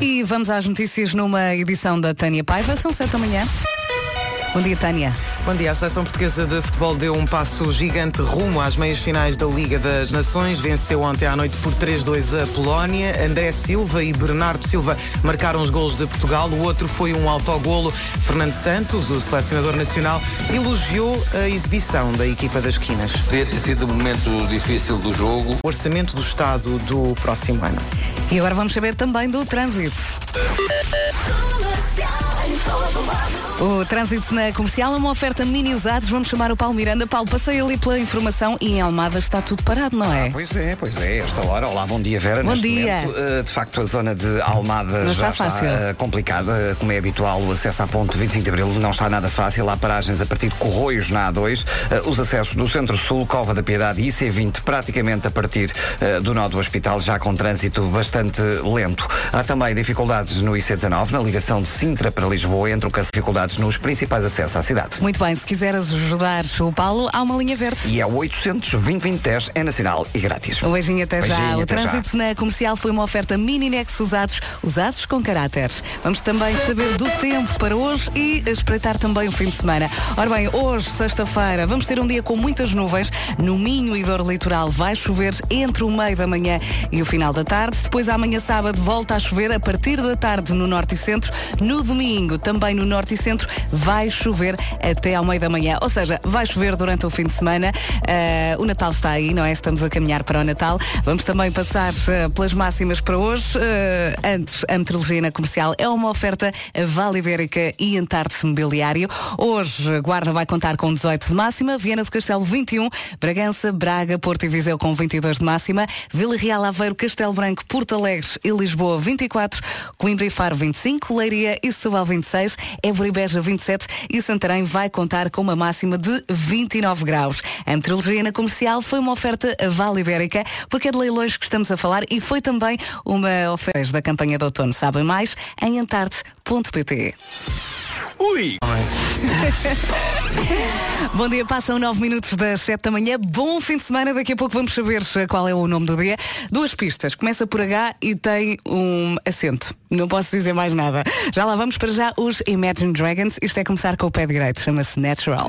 E vamos às notícias numa edição da Tânia Paiva, são 7 da manhã. Bom dia, Tânia. Bom dia. A Seleção Portuguesa de Futebol deu um passo gigante rumo às meias finais da Liga das Nações. Venceu ontem à noite por 3-2 a Polónia. André Silva e Bernardo Silva marcaram os golos de Portugal. O outro foi um autogolo. Fernando Santos, o selecionador nacional, elogiou a exibição da equipa das esquinas. Podia ter sido um momento difícil do jogo. O orçamento do Estado do próximo ano. E agora vamos saber também do trânsito. O trânsito na Comercial é uma oferta mini usados. Vamos chamar o Paulo Miranda. Paulo, passei ali pela informação e em Almada está tudo parado, não é? Pois é, esta hora. Olá, bom dia, Vera. Bom dia. Momento, de facto, a zona de Almada não já está complicada, como é habitual. O acesso à ponte 25 de Abril não está nada fácil. Há paragens a partir de Corroios na A2. Os acessos do Centro-Sul, Cova da Piedade e IC20 praticamente a partir do nó do Hospital, já com trânsito bastante lento. Há também dificuldades no IC19, na ligação de Sintra para Lisboa, entre as dificuldades nos principais acessos à cidade. Muito bem, se quiseres ajudar o Paulo, há uma linha verde. E é 800-2020-10, é nacional e grátis. Um beijinho até já. O Até trânsito na Comercial foi uma oferta mini Nex usados com caráter. Vamos também saber do tempo para hoje e espreitar também o fim de semana. Ora bem, hoje, sexta-feira, vamos ter um dia com muitas nuvens. No Minho e Douro Litoral vai chover entre o meio da manhã e o final da tarde. Depois, amanhã sábado, volta a chover a partir da tarde no Norte e Centro. No domingo, também no Norte e Centro, vai chover até ao meio da manhã. Ou seja, vai chover durante o fim de semana. O Natal está aí, não é? Estamos a caminhar para o Natal. Vamos também passar pelas máximas para hoje. Antes, a meteorologia na Comercial é uma oferta Vale Ibérica e Antarte Mobiliário. Hoje, Guarda vai contar com 18 de máxima, Viana do Castelo 21, Bragança, Braga, Porto e Viseu com 22 de máxima, Vila Real, Aveiro, Castelo Branco, Porto Alegre e Lisboa 24, Coimbra e Faro 25, Leiria e Setúbal 26, Évora e Beja 27 e Santarém vai contar com uma máxima de 29 graus. A meteorologia na Comercial foi uma oferta Vale Ibérica, porque é de leilões que estamos a falar e foi também uma oferta da campanha de outono. Sabem mais em antarte.pt. Ui! Bom dia, passam 9 minutos das 7 da manhã. Bom fim de semana, daqui a pouco vamos saber qual é o nome do dia. 2 pistas, começa por H e tem um acento. Não posso dizer mais nada. Já lá vamos, para já os Imagine Dragons. Isto é começar com o pé direito, chama-se Natural.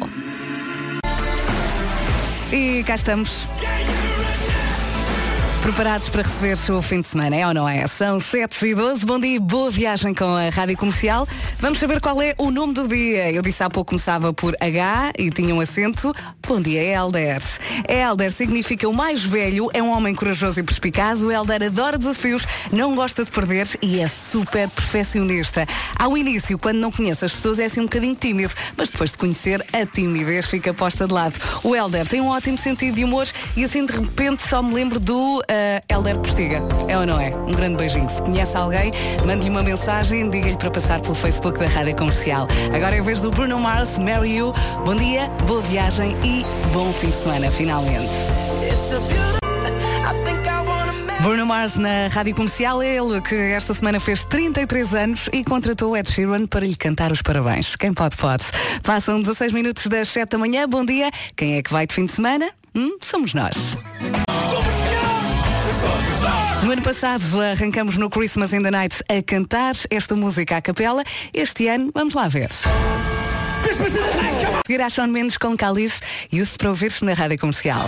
E cá estamos. Preparados para receber o fim de semana, é ou não é? São 7h12, bom dia e boa viagem com a Rádio Comercial. Vamos saber qual é o nome do dia. Eu disse há pouco começava por H e tinha um acento. Bom dia, Helder. Helder significa o mais velho, é um homem corajoso e perspicaz. O Helder adora desafios, não gosta de perder e é super perfeccionista. Ao início, quando não conhece as pessoas, é assim um bocadinho tímido, mas depois de conhecer, a timidez fica posta de lado. O Helder tem um ótimo sentido de humor e assim de repente só me lembro do Helder Postiga, é ou não é? Um grande beijinho. Se conhece alguém, mande-lhe uma mensagem, diga-lhe para passar pelo Facebook da Rádio Comercial. Agora é a vez do Bruno Mars, Marry You. Bom dia, boa viagem e bom fim de semana, finalmente. Bruno Mars na Rádio Comercial, é ele que esta semana fez 33 anos e contratou o Ed Sheeran para lhe cantar os parabéns. Quem pode, pode. Passam 16 minutos das 7 da manhã, bom dia. Quem é que vai de fim de semana? Somos nós. No ano passado arrancamos no Christmas in the Night a cantar esta música à capela. Este ano, vamos lá ver. Seguir a Shawn Mendes com Calice e o para ouvir na Rádio Comercial.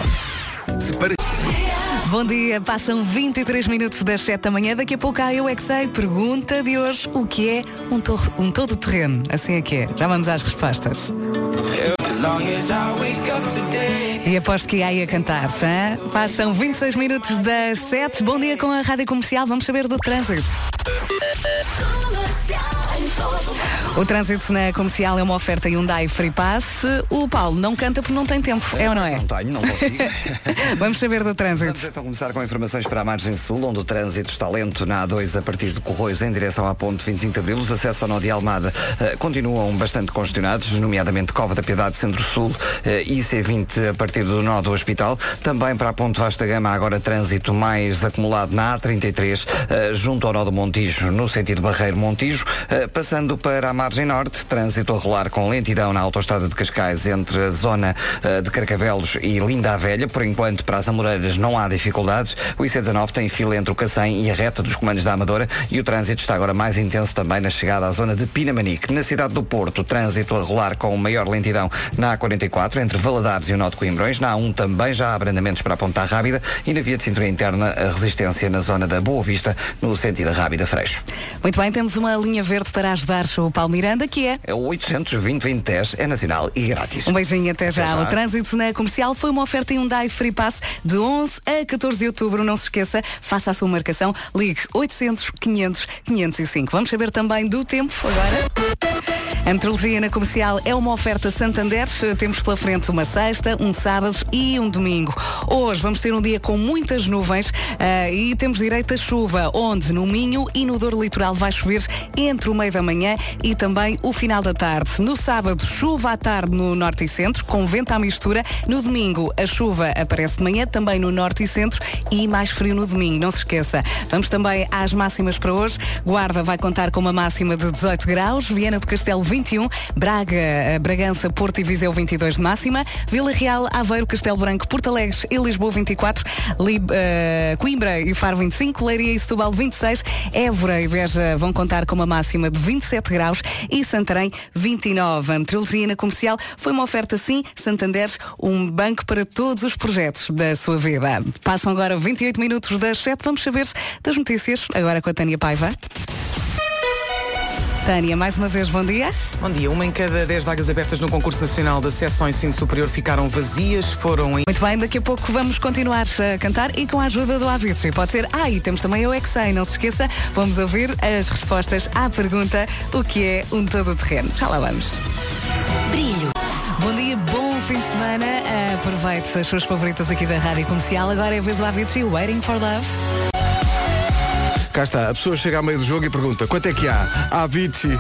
Bom dia, passam 23 minutos das 7 da manhã. Daqui a pouco há Eu É Que Sei. Pergunta de hoje, o que é um todo-terreno? Assim é que é. Já vamos às respostas. E aposto que ia aí a cantar, hein? Passam 26 minutos das 7. Bom dia com a Rádio Comercial. Vamos saber do trânsito. O trânsito na Comercial é uma oferta Hyundai Free Pass. O Paulo não canta porque não tem tempo, é ou não é? Não tenho, não consigo. Vamos saber do trânsito. Vamos então começar com informações para a margem sul, onde o trânsito está lento na A2 a partir de Corroios em direção à ponte 25 de Abril. Os acessos ao nó de Almada continuam bastante congestionados, nomeadamente Cova da Piedade, Centro-Sul e IC20 a partir do nó do Hospital. Também para a ponte Vasta Gama, agora trânsito mais acumulado na A33, junto ao nó do Monte Montijo, no sentido Barreiro-Montijo, passando para a margem norte, trânsito a rolar com lentidão na autoestrada de Cascais entre a zona de Carcavelos e Linda a Velha. Por enquanto, para as Amoreiras não há dificuldades. O IC19 tem fila entre o Cacém e a reta dos Comandos da Amadora e o trânsito está agora mais intenso também na chegada à zona de Pinamanique. Na cidade do Porto, trânsito a rolar com maior lentidão na A44 entre Valadares e o Nó de Coimbrões. Na A1 também já há abrandamentos para a Ponta Rábida e na via de cintura interna a resistência na zona da Boa Vista, no sentido Rábida-Freixo. Muito bem, temos uma linha verde para ajudar o Paulo Miranda, que é o 820-2010, é nacional e grátis. Um beijinho, até já. O trânsito na Comercial foi uma oferta Hyundai Free Pass de 11 a 14 de outubro. Não se esqueça, faça a sua marcação, ligue 800-500-505. Vamos saber também do tempo agora. A meteorologia na Comercial é uma oferta Santander. Temos pela frente uma sexta, um sábado e um domingo. Hoje vamos ter um dia com muitas nuvens e temos direito a chuva, onde no Minho e no Douro Litoral vai chover entre o meio da manhã e também o final da tarde. No sábado, chuva à tarde no norte e centro, com vento à mistura. No domingo, a chuva aparece de manhã, também no norte e centro, e mais frio no domingo, não se esqueça. Vamos também às máximas para hoje. Guarda vai contar com uma máxima de 18 graus, Viana do Castelo 21, Braga, Bragança, Porto e Viseu 22 de máxima, Vila Real, Aveiro, Castelo Branco, Porto Alegre e Lisboa 24, Coimbra e Faro 25, Leiria e Setúbal 26, Évora e Beja vão contar com uma máxima de 27 graus e Santarém 29. A meteorologia na Comercial foi uma oferta sim, Santander, um banco para todos os projetos da sua vida. Passam agora 28 minutos das 7, vamos saber das notícias, agora com a Tânia Paiva. Tânia, mais uma vez, bom dia. Bom dia. 1 em cada 10 vagas abertas no concurso nacional de acesso ao ensino superior ficaram vazias, foram em... Muito bem, daqui a pouco vamos continuar a cantar e com a ajuda do Avicii. Pode ser, e temos também o EXA, não se esqueça, vamos ouvir as respostas à pergunta, o que é um todo-terreno. Já lá vamos. Brilho. Bom dia, bom fim de semana. Aproveite as suas favoritas aqui da Rádio Comercial. Agora é a vez do Avicii, Waiting for Love. Cá está, a pessoa chega ao meio do jogo e pergunta: quanto é que há? Avicii.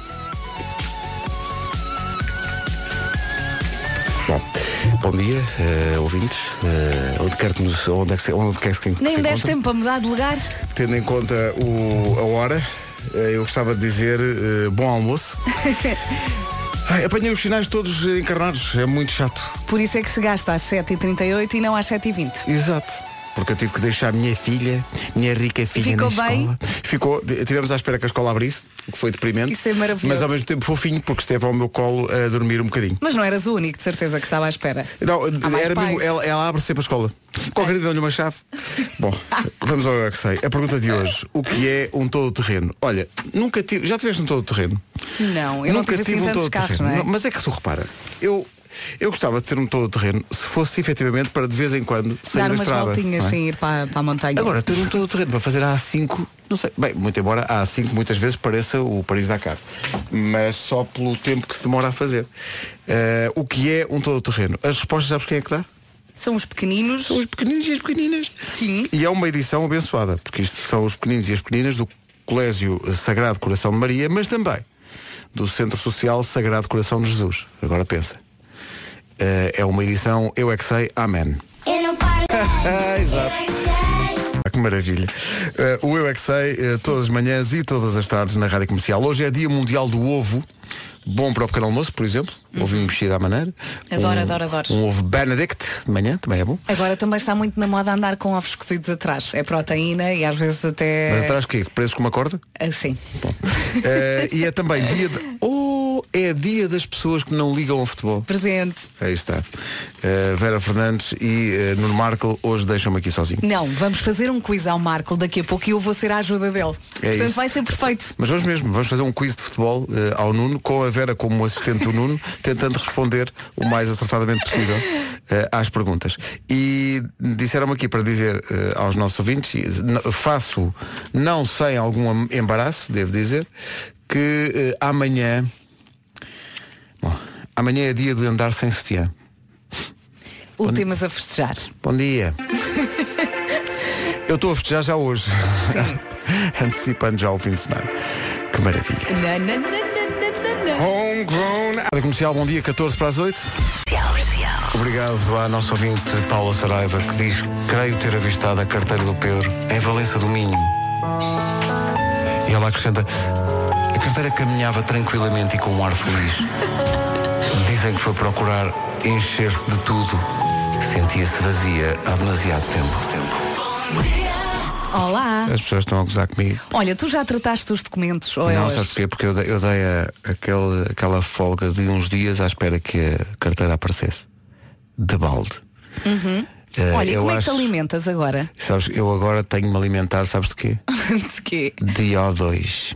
Bom dia, ouvintes. Onde quer que nem me deste tempo para mudar de lugar. Tendo em conta a hora, eu gostava de dizer bom almoço. Apanhei os sinais todos encarnados, é muito chato. Por isso é que chegaste às 7h38 e não às 7h20. Exato. Porque eu tive que deixar a minha filha, minha rica filha, ficou na bem? Escola. Tivemos à espera que a escola abrisse, o que foi deprimente. Isso é maravilhoso. Mas ao mesmo tempo fofinho, porque esteve ao meu colo a dormir um bocadinho. Mas não eras o único, de certeza, que estava à espera. Não, era mesmo, ela abre sempre a escola. Qualquer dia dão-lhe uma chave. Bom, vamos ao que sei. A pergunta de hoje: o que é um todo-terreno? Olha, nunca tive. Já tiveste um todo-terreno? Não, eu nunca não tive assim tantos carros, não é? Mas é que tu repara, eu gostava de ter um todo-terreno se fosse efetivamente para de vez em quando sair dar da umas estrada. voltinhas sem ir para a montanha. Agora, ter um todo-terreno para fazer a A5, não sei. Bem, muito embora a A5 muitas vezes pareça o Paris-Dakar, mas só pelo tempo que se demora a fazer. O que é um todo-terreno? As respostas, sabes quem é que dá? São os pequeninos. São os pequeninos e as pequeninas. Sim. E é uma edição abençoada, porque isto são os pequeninos e as pequeninas do Colégio Sagrado Coração de Maria, mas também do Centro Social Sagrado Coração de Jesus. Agora pensa. É uma edição Eu é que sei, amém. Eu não paro. Exato. Que maravilha. O Eu é que sei, todas as manhãs e todas as tardes na Rádio Comercial. Hoje é Dia Mundial do Ovo. Bom para o pequeno almoço, por exemplo. Ovinho mexido à maneira. Adoro. Um ovo Benedict de manhã, também é bom. Agora também está muito na moda andar com ovos cozidos atrás. É proteína e às vezes até... Mas atrás quê? Presos com uma corda? Sim. E é também dia de... é dia das pessoas que não ligam ao futebol. Presente. Aí está. Vera Fernandes e Nuno Marco hoje deixam-me aqui sozinho. Não, vamos fazer um quiz ao Marco daqui a pouco e eu vou ser a ajuda dele. Portanto, isso. vai ser perfeito. Mas vamos mesmo, vamos fazer um quiz de futebol ao Nuno, com a Vera como assistente do Nuno, tentando responder o mais acertadamente possível às perguntas. E disseram-me aqui para dizer aos nossos ouvintes, faço não sem algum embaraço, devo dizer, que amanhã é dia de andar sem sutiã. Últimas a festejar. Bom dia. Eu estou a festejar já hoje. Antecipando já o fim de semana. Que maravilha. Homegrown. Rádio Comercial, bom dia, 14 para as 8. Obrigado à nossa ouvinte Paula Saraiva, que diz: creio ter avistado a carteira do Pedro em Valença do Minho. E ela acrescenta: a carteira caminhava tranquilamente e com um ar feliz. Dizem que foi procurar encher-se de tudo. Sentia-se vazia há demasiado tempo. Olá. As pessoas estão a gozar comigo. Olha, tu já trataste os documentos? Ou Não, hoje? sabes porquê? Porque eu dei aquela folga de uns dias à espera que a carteira aparecesse. De balde. Olha, e eu como é que acho- te alimentas agora? Sabes, eu agora tenho-me alimentado, sabes de quê? De quê? De O2.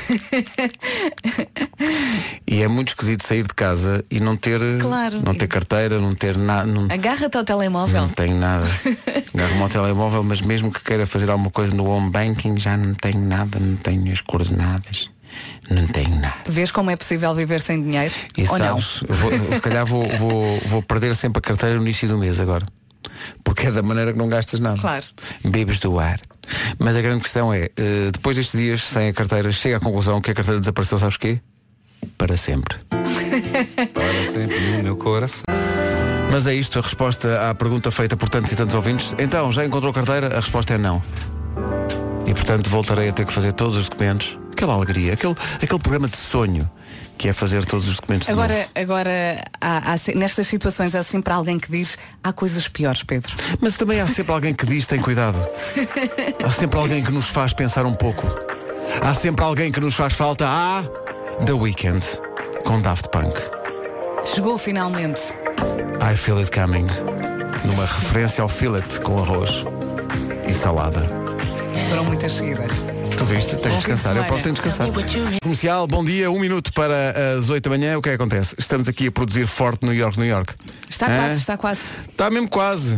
E é muito esquisito sair de casa e não ter, Claro. não ter carteira, não ter nada. Agarra-te ao telemóvel. Não tenho nada. Agarro-me ao telemóvel, mas mesmo que queira fazer alguma coisa no home banking, já não tenho nada, não tenho as coordenadas, não tenho nada. Vês como é possível viver sem dinheiro? E Ou sabes, se calhar vou perder sempre a carteira no início do mês agora. Porque é da maneira que não gastas nada. Claro. Bebes do ar. Mas a grande questão é, depois destes dias sem a carteira, chega à conclusão que a carteira desapareceu, sabes quê? Para sempre. Para sempre no meu coração. Mas é isto, a resposta à pergunta feita por tantos e tantos ouvintes. Então, já encontrou carteira? A resposta é não. E portanto voltarei a ter que fazer todos os documentos. Aquela alegria, aquele programa de sonho que é fazer todos os documentos de novo. Agora nestas situações há sempre alguém que diz: há coisas piores, Pedro. Mas também há sempre alguém que diz: tem cuidado. Há sempre alguém que nos faz pensar um pouco. Há sempre alguém que nos faz falta. The Weeknd com Daft Punk. Chegou finalmente. I Feel It Coming. Numa referência ao fillet com arroz e salada. Foram muitas seguidas. Tu viste? Tem que Bom descansar. fim de Eu próprio tenho que descansar. Comercial, bom dia, 1 minuto para as 8 da manhã. O que é que acontece? Estamos aqui a produzir forte New York, New York. Está Hã? quase, está quase. Está mesmo quase.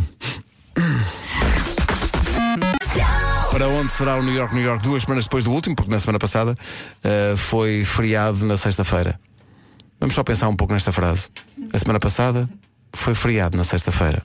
Para onde será o New York, New York? 2 semanas depois do último, porque na semana passada foi feriado na sexta-feira. Vamos só pensar um pouco nesta frase. A semana passada foi feriado na sexta-feira.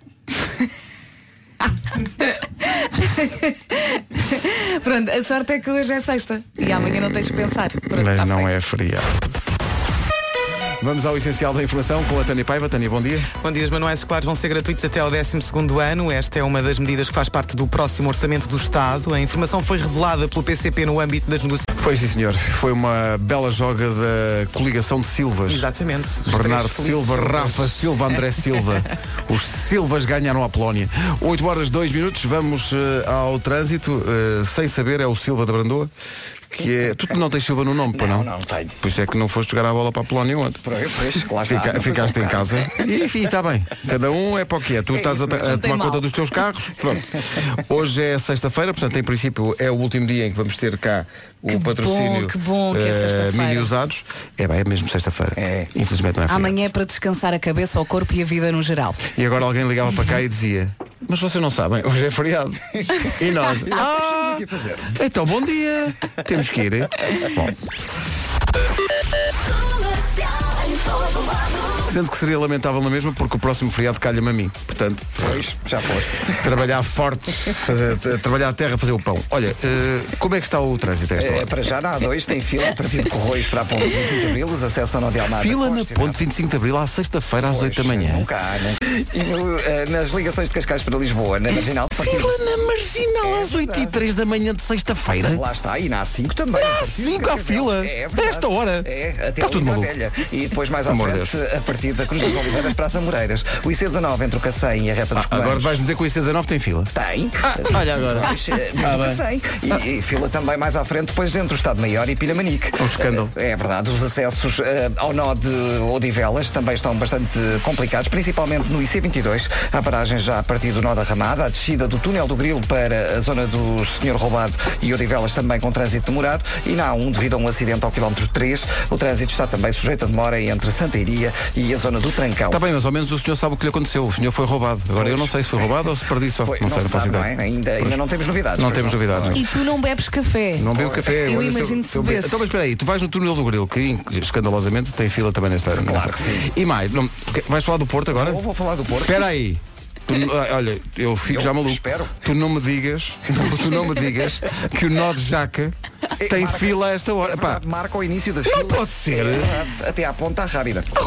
Pronto, a sorte é que hoje é sexta e amanhã não tens de pensar. Pronto, Mas está não feito. é feriado. Vamos ao essencial da informação com a Tânia Paiva. Tânia, bom dia. Bom dia, os manuais escolares vão ser gratuitos até ao 12º ano. Esta é uma das medidas que faz parte do próximo orçamento do Estado. A informação foi revelada pelo PCP no âmbito das negociações. Foi sim, senhor. Foi uma bela joga da coligação de Silvas. Exatamente. Os Bernardo três felizes Silva, Silvas. Rafa Silva, André Silva. Os Silvas ganharam a Polónia. 8 horas 2 minutos. Vamos ao trânsito. Sem saber, é o Silva da Brandoa. Que é... Tu não tens Silva no nome, pois não? Não tenho. Por isso é que não foste jogar a bola para a Polónia ontem. Pois, lá está. Não foi Ficaste em convocado. casa. E enfim, está bem. Cada um é para o que é. Tu estás a tem tomar mal. conta dos teus carros. Pronto. Hoje é sexta-feira, portanto, em princípio, é o último dia em que vamos ter cá o patrocínio que bom que é sexta-feira. mini usados. É mesmo sexta-feira. É. Infelizmente não é feriado. Amanhã é para descansar a cabeça, o corpo e a vida no geral. E agora alguém ligava para cá e dizia: mas vocês não sabem, hoje é feriado. E nós: que fazer? então bom dia. Temos que ir. Bom. Sendo que seria lamentável na mesma, porque o próximo feriado calha-me a mim. Portanto, Pois, já foste. trabalhar forte, trabalhar a terra, fazer o pão. Olha, como é que está o trânsito a esta hora? Para já na A2 tem fila a partir de Corroios para a ponte 25 de Abril, os acessos ao Nó de Almada. Fila na Costa, ponte 25 de Abril à sexta-feira às 8 da manhã. Nunca há, nunca. E nas ligações de Cascais para Lisboa, na Marginal. Fila na Marginal às 8h03 da manhã de sexta-feira. Lá está, e na A5 também. Na A5 há fila? verdade. A esta hora? É, até Está ali tudo na maluco. Velha. E depois mais à Amor de frente, a partir da Cruz das Oliveiras para as Amoreiras. O IC19 entre o Cacém e a reta dos Agora Comandos. vais-me dizer que o IC19 tem fila. Tem. Olha agora. Desde o Cacém. E fila também mais à frente, depois entre o Estado Maior e Pilhamanique. Um escândalo. É verdade, os acessos ao nó de Odivelas também estão bastante complicados, principalmente no IC22. Há paragens já a partir do nó da Ramada, a descida do túnel do Grilo para a zona do Senhor Roubado e Odivelas também com trânsito demorado. E na A1, devido a um acidente ao quilómetro 3, o trânsito está também sujeito a demora entre Santa Iria e a zona do Trancão. Está bem, mas ao menos o senhor sabe o que lhe aconteceu. O senhor foi roubado. Agora eu não sei se foi roubado ou se perdi só. Pois, Não sei, não faço sabe, ideia. não é? Ainda não temos novidades. Não pois temos novidades. E tu não bebes café. Não bebo café. Eu Olha, imagino se bebesses. Então, mas espera aí, tu vais no túnel do Grilo, que escandalosamente tem fila também nesta. Claro que sim. E mais, vais falar do Porto agora? Eu vou falar do Porto. Espera aí. Olha, eu fico Eu já maluco. espero. Tu não me digas que o nó de Jaca tem Marca- fila a esta hora. Pá, Marca o início da fila. não pode ser. Até à ponta rápida.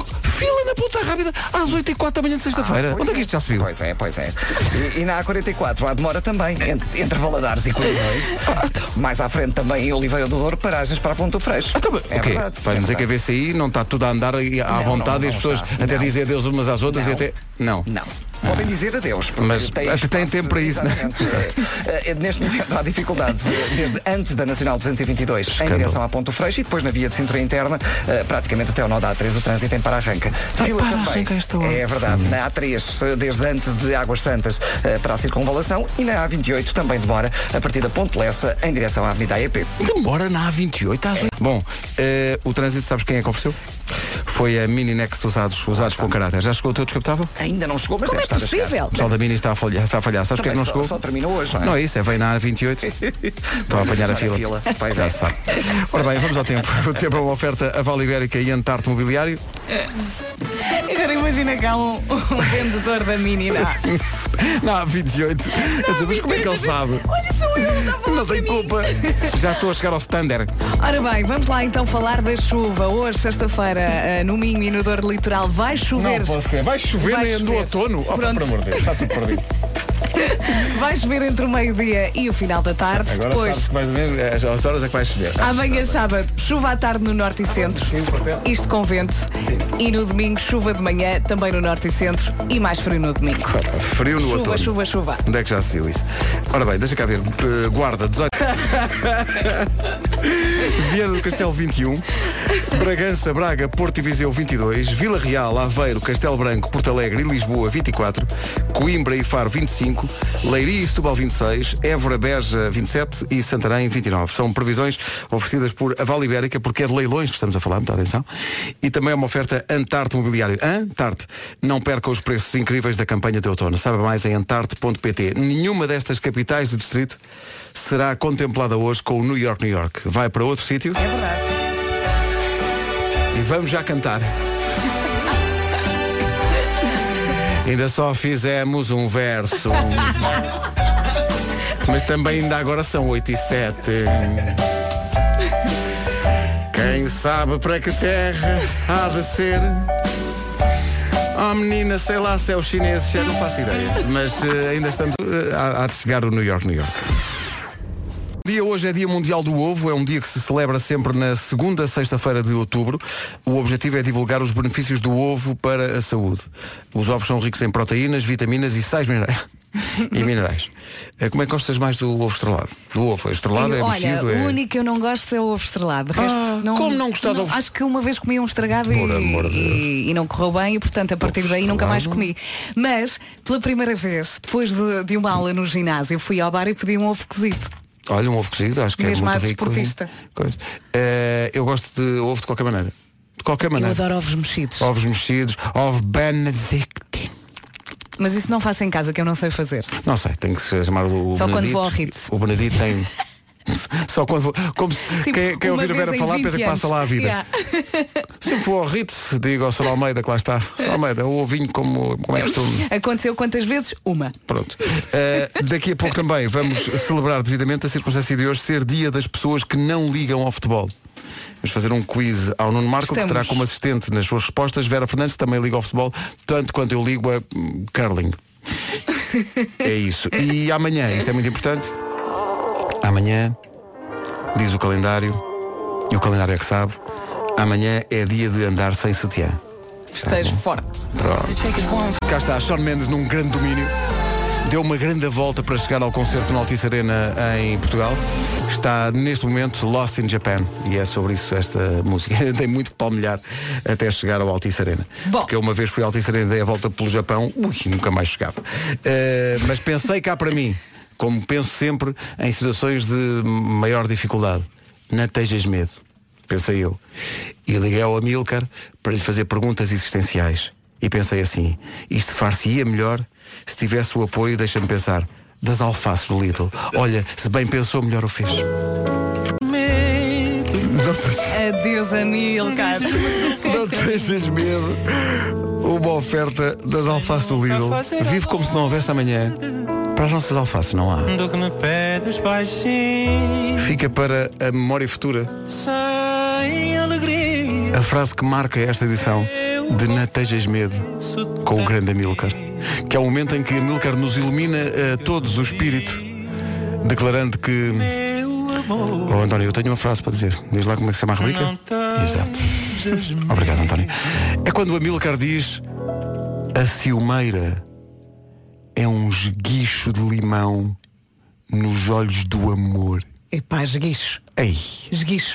Fila na Ponta Rábida às 8h04 da manhã de sexta-feira. Onde é que isto já se viu? Pois é. E na A44 há demora também, entre Valadares e Coimões. Mais à frente também em Oliveira do Douro, paragens para a Ponta do Freixo. Verdade. Vai-me dizer que a VCI não está tudo a andar à vontade e as pessoas até dizem adeus umas às outras e até... Não. Podem dizer adeus. Mas tem tempo para isso, não é? Neste momento há dificuldades desde antes da Nacional 222 em direção à Ponta do Freixo e depois na via de cintura interna, praticamente até ao nó da A3, o trânsito em para-arranca. Fila também. É verdade. Na A3, desde antes de Águas Santas para a circunvalação e na A28 também demora a partir da Ponte Lessa em direção à Avenida AEP. Demora na A28 às 8. Bom, o trânsito, sabes quem é que ofereceu? Foi a Mini Next usados com caráter. Já chegou o teu descapotável? Ainda não chegou, mas Como deve é estar a chegar. possível? O pessoal da Mini está a falhar. Sabes porque é que não chegou? Só termina hoje, não é? Não é isso, vem na A28. Estão a apanhar a fila. Pois Já é. sabe. Ora bem, vamos ao tempo. O tempo é uma oferta a Vale Ibérica e Antarte Mobiliário. Agora imagina que há um vendedor da Mini Na A28. Mas como é que ele sabe? Olha, sou eu, Não tem culpa. Já estou a chegar ao standard. Ora bem, vamos lá então falar da chuva. Hoje, sexta-feira, no Minho e no Douro Litoral, vai chover. Não posso crer. Vai chover no outono? Oh, Pronto. por amor de Deus, está tudo perdido. Vai chover entre o meio-dia e o final da tarde. Agora Depois, sabes que mais ou menos às horas é que vai chover. amanhã sábado, chuva à tarde no norte e centro. Isto com vento. E no domingo, chuva de manhã, também no norte e centro. E mais frio no domingo. Frio no outono. Chuva. Onde é que já se viu isso? Ora bem, deixa cá ver. Guarda, 18. Viana do Castelo 21. Bragança, Braga, Porto e Viseu 22. Vila Real, Aveiro, Castelo Branco, Porto Alegre e Lisboa 24. Coimbra e Faro 25. Leiria e Setúbal 26. Évora, Beja 27 e Santarém 29. São previsões oferecidas por a Vale Ibérica, porque é de leilões que estamos a falar, muita atenção. E também é uma oferta Antarte Mobiliário. Antarte. Não perca os preços incríveis da campanha de outono. Saiba mais em antarte.pt. Nenhuma destas capitais de distrito será contemplada hoje com o New York, New York. Vai para outro sítio. É verdade. E vamos já cantar. Ainda só fizemos um verso. Mas também ainda agora são 8h07. Quem sabe para que terra há de ser? Oh menina, sei lá se é os chineses, já não faço ideia. Mas ainda estamos a de chegar o New York, New York. O dia hoje é Dia Mundial do Ovo, é um dia que se celebra sempre na segunda sexta-feira de outubro. O objetivo é divulgar os benefícios do ovo para a saúde. Os ovos são ricos em proteínas, vitaminas e sais minerais. E minerais. Como é que gostas mais do ovo estrelado? Do ovo estrelado é mexido? Olha, o único que eu não gosto é o ovo estrelado. De resto, como não gostar de ovo? Acho que uma vez comi um estragado Por amor de e não correu bem e portanto a partir daí nunca mais comi. Mas pela primeira vez, depois de uma aula no ginásio, fui ao bar e pedi um ovo cozido. Olha, um ovo cozido, acho que Mesmo é à muito rico. desportista. Eu gosto de ovo de qualquer maneira. De qualquer Eu maneira. adoro ovos mexidos. Ovos mexidos, ovo Benedict. Mas isso não faço em casa, que eu não sei fazer. Não sei, tem que se chamar o Só Benedito. quando vou ao Ritz. O Benedito tem... Só quando vou... Como se... Tipo, quem uma ouvir a vez Vera em falar 20 pensa que passa lá a vida. Yeah. Se for ao Ritz, digo ao Sr. Almeida que lá está. Sr. Almeida, o ovinho como é costume. Aconteceu quantas vezes? Uma. Pronto. Daqui a pouco também vamos celebrar devidamente a circunstância de hoje ser dia das pessoas que não ligam ao futebol. Vamos fazer um quiz ao Nuno Marco, que terá como assistente nas suas respostas Vera Fernandes, que também liga ao futebol, tanto quanto eu ligo a curling. É isso. E amanhã, isto é muito importante, amanhã, diz o calendário, e o calendário é que sabe, amanhã é dia de andar sem sutiã. Festejo forte. Pronto. Cá está Shawn Mendes num grande domínio. Deu uma grande volta para chegar ao concerto no Altice Arena em Portugal. Está neste momento Lost in Japan. E é sobre isso esta música. Tem muito que palmilhar até chegar ao Altice Arena. Bom. Porque eu uma vez fui ao Altice Arena e dei a volta pelo Japão. Nunca mais chegava. Mas pensei cá para mim, como penso sempre em situações de maior dificuldade. Não tejas medo, pensei eu. E liguei ao Amílcar para lhe fazer perguntas existenciais. E pensei assim, isto far-se-ia melhor se tivesse o apoio, deixa-me pensar, das alfaces do Lidl. Olha, se bem pensou, melhor o fez. Adeus, Amílcar. Não tenhas medo. Uma oferta das alfaces do Lidl. Vive como se não houvesse amanhã. Para as nossas alfaces não há. Fica para a memória futura a frase que marca esta edição de Não Tejas Medo com o grande Amílcar, que é o momento em que Amílcar nos ilumina a todos o espírito, declarando que... Oh, António, eu tenho uma frase para dizer. Diz lá como é que se chama a rubrica? Exato. Obrigado, António. É quando o Amílcar diz: a ciumeira é um esguicho de limão nos olhos do amor. Epá, esguicho. Ei, Esguicho.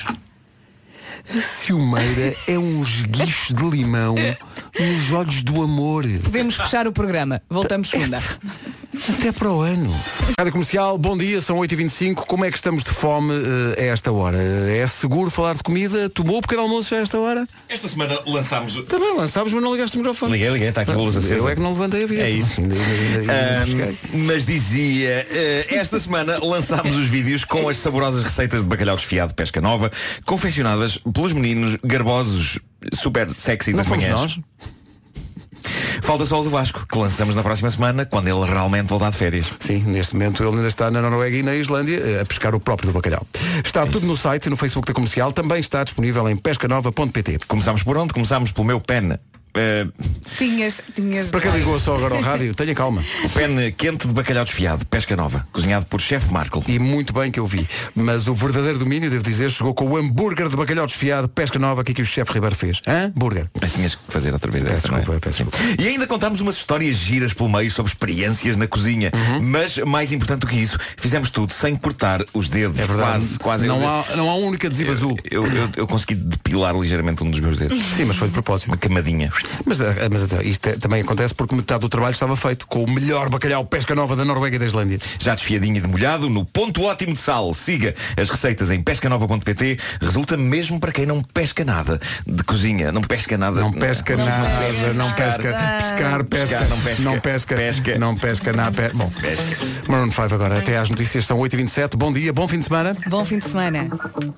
a ciumeira é um esguicho de limão nos olhos do amor. Podemos fechar o programa. Voltamos segunda. Até para o ano. Rádio Comercial, bom dia, são 8h25. Como é que estamos de fome a esta hora? É seguro falar de comida? Tomou o pequeno almoço já a esta hora? Esta semana lançámos... Também lançámos, mas não ligaste o microfone. Liguei, está aqui a luz acesa. Eu é que não levantei a vida. É isso. Ainda não cheguei. Mas dizia, esta semana lançámos os vídeos com as saborosas receitas de bacalhau desfiado de pesca nova, confeccionadas pelos meninos garbosos, super sexy Não das fomos manhãs. nós? Falta só o do Vasco, que lançamos na próxima semana, quando ele realmente voltar de férias. Sim, neste momento ele ainda está na Noruega e na Islândia a pescar o próprio do bacalhau. Está tudo no site e no Facebook da Comercial. Também está disponível em pescanova.pt. Começámos por onde? Começámos pelo meu pen. Tinhas. Para quem ligou só agora ao rádio, tenha calma. O pen quente de bacalhau desfiado, pesca nova, cozinhado por chefe Marco. E muito bem que eu vi. Mas o verdadeiro domínio, devo dizer, chegou com o hambúrguer de bacalhau desfiado, pesca nova, que o chefe Ribeiro fez. Hambúrguer. Tinhas que fazer outra vez Peço essa, não é? desculpa, peço desculpa. E ainda contámos umas histórias giras pelo meio sobre experiências na cozinha. Mas, mais importante do que isso, fizemos tudo sem cortar os dedos. É verdade. Quase. Não há um único adesivo azul. Eu consegui depilar ligeiramente um dos meus dedos. Sim, mas foi de propósito. Uma camadinha. Mas isto também acontece porque metade do trabalho estava feito com o melhor bacalhau pesca nova da Noruega e da Islândia. Já desfiadinho e demolhado, no ponto ótimo de sal. Siga as receitas em pescanova.pt. Resulta mesmo para quem não pesca nada de cozinha. Não pesca nada. Não pesca nada, não pesca. Pescar, pesca. Não pesca. Pesca. Não pesca nada. Bom, Maroon 5 agora. Até às notícias, são 8h27. Bom dia, bom fim de semana. Bom fim de semana.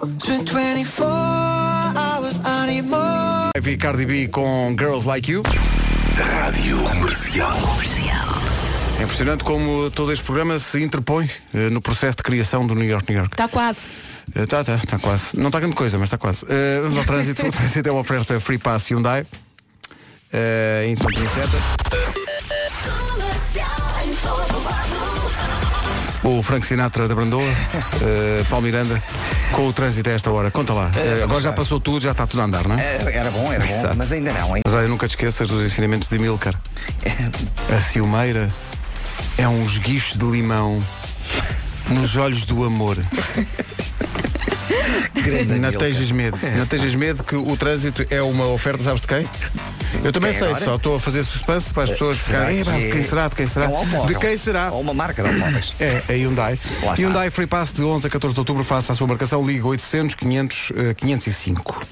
Vi Cardi B com Girls Like You. Rádio Comercial. É impressionante como todo este programa se interpõe no processo de criação do New York. Está quase. Está quase. Não está grande coisa, mas está quase. Vamos ao trânsito. O trânsito é uma oferta Free Pass Hyundai. Em seta. O Frank Sinatra da Brandoa, Paulo Miranda, com o trânsito a esta hora. Conta lá. Agora já passou tudo, já está tudo a andar, não é? Era bom, Exato. mas ainda não, hein? Mas olha, nunca te esqueças dos ensinamentos de Amílcar. A ciumeira é um esguicho de limão nos olhos do amor. Não tejas medo. Não tejas medo que o trânsito é uma oferta, sabes de quem? Eu também sei, só estou a fazer suspense para as pessoas ficarem. Quem será? De quem será? De quem será? Ou uma marca de automóveis. É a Hyundai. Lá está. Hyundai Free Pass de 11 a 14 de outubro. Faça a sua marcação. Liga 800 500 505.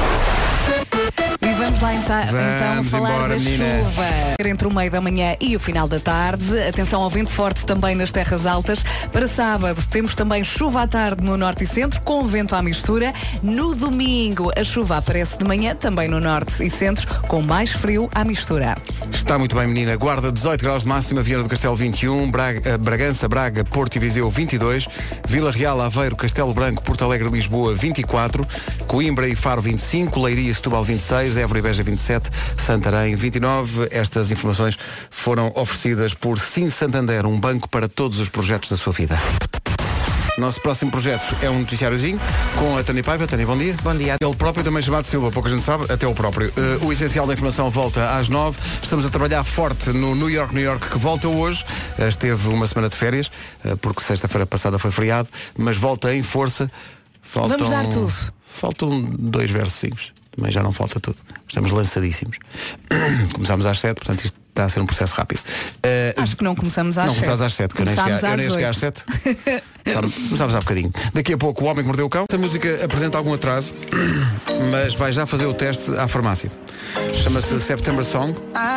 E vamos lá então falar embora, da menina. chuva. Entre o meio da manhã e o final da tarde. Atenção ao vento forte também nas terras altas. Para sábado temos também chuva à tarde no norte e centro, com vento à mistura. No domingo a chuva aparece de manhã, também no norte e centro, com mais frio à mistura. Está muito bem, menina. Guarda 18 graus de máxima, Viana do Castelo 21, Bragança, Braga, Porto e Viseu 22, Vila Real, Aveiro, Castelo Branco, Porto Alegre, Lisboa 24, Coimbra e Faro 25, Leiria e Setúbal 26, Évora e Beja 27, Santarém 29. Estas informações foram oferecidas por Sim Santander, um banco para todos os projetos da sua vida. Nosso próximo projeto é um noticiáriozinho com a Tânia Paiva. Tânia, bom dia. Bom dia. Ele próprio também chamado Silva, pouca gente sabe, até o próprio. O essencial da informação volta às 9. Estamos a trabalhar forte no New York, que volta hoje. Esteve uma semana de férias, porque sexta-feira passada foi feriado, mas volta em força. Vamos dar tudo. Faltam 2 versos. Também já não falta tudo. Estamos lançadíssimos. Começámos às 7, portanto isto está a ser um processo rápido. Acho que não começamos às 7. Não começámos às 7, que eu nem cheguei às 7. Começámos há bocadinho. Daqui a pouco o Homem que Mordeu o Cão. Esta música apresenta algum atraso, mas vai já fazer o teste à farmácia. Chama-se September Song.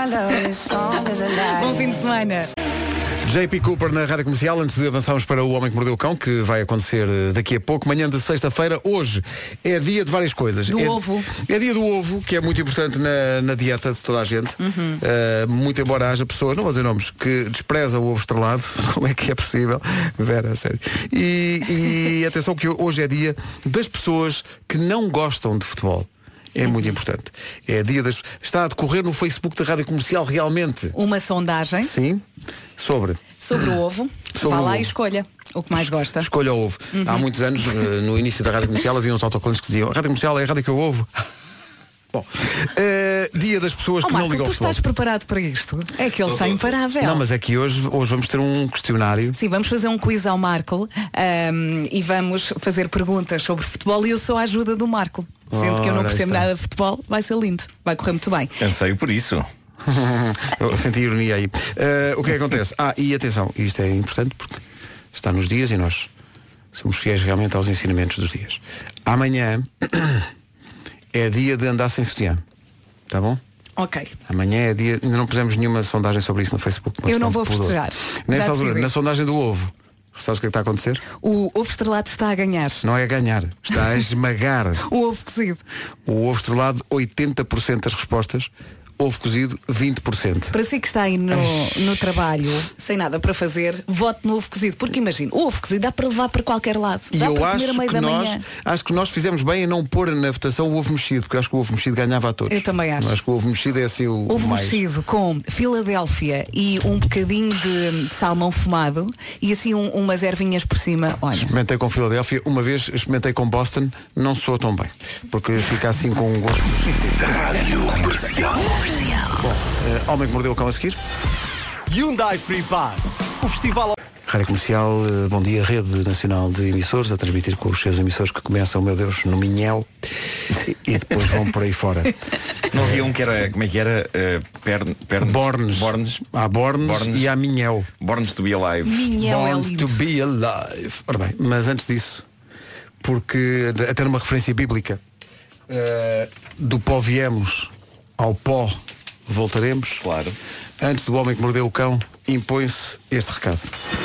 Bom fim de semana. JP Cooper na Rádio Comercial, antes de avançarmos para o Homem que Mordeu o Cão, que vai acontecer daqui a pouco, manhã de sexta-feira. Hoje é dia de várias coisas. Ovo. É dia do ovo, que é muito importante na dieta de toda a gente. Muito embora haja pessoas, não vou dizer nomes, que desprezam o ovo estrelado. Como é que é possível? Vera, sério. E atenção que hoje é dia das pessoas que não gostam de futebol. É muito importante. É dia das... Está a decorrer no Facebook da Rádio Comercial realmente. Uma sondagem Sim. Sobre o ovo. Sobre Vá o lá ovo. e escolha o que mais gosta. Escolha o ovo. Há muitos anos, no início da Rádio Comercial, havia uns autocolantes que diziam: a Rádio Comercial é a rádio que eu ovo. Bom, dia das pessoas que não Marco, ligam tu ao futebol. estás preparado para isto? É que ele está imparável. Não, mas é que hoje vamos ter um questionário. Sim, vamos fazer um quiz ao Marco e vamos fazer perguntas sobre futebol e eu sou a ajuda do Marco. Sendo que eu não Ora, percebo está. nada de futebol, vai ser lindo. Vai correr muito bem. Anseio por isso. Eu senti ironia aí. O que é que acontece? E atenção, isto é importante porque está nos dias e nós somos fiéis realmente aos ensinamentos dos dias. Amanhã é dia de andar sem sutiã. Tá bom? Ok. Amanhã é dia... Ainda não pusemos nenhuma sondagem sobre isso no Facebook. Eu não vou festejar. Nesta Já altura, decidi. na sondagem do ovo, sabes o que é que está a acontecer? O ovo estrelado está a ganhar. Não é a ganhar, está a esmagar. O ovo cozido. O ovo estrelado, 80% das respostas. Ovo cozido, 20%. Para si que está aí no trabalho, sem nada para fazer, vote no ovo cozido. Porque imagina, o ovo cozido dá para levar para qualquer lado. E Dá eu para comer acho a meio que da nós, manhã. acho que nós fizemos bem em não pôr na votação o ovo mexido, porque eu acho que o ovo mexido ganhava a todos. Eu também acho. Acho que o ovo mexido é assim o Ovo mais. mexido com Filadélfia e um bocadinho de salmão fumado e assim umas ervinhas por cima. Olha, Experimentei com Filadélfia, uma vez experimentei com Boston, não soou tão bem, porque fica assim com um gosto. Rádio Comercial. Homem que mordeu o cão a seguir. Hyundai Free Pass. O festival... Rádio Comercial, bom dia, Rede Nacional de Emissores, a transmitir com os seus emissores que começam, meu Deus, no Minhel e depois vão por aí fora. Não havia um que era, como é que era? Bornes. Há Bornes e há Minhel. Bornes to be alive. Minhel é Born lindo. to be alive. Ora bem, mas antes disso, porque até numa referência bíblica, do pó viemos, ao pó voltaremos. Claro. Antes do homem que mordeu o cão, impõe-se este recado.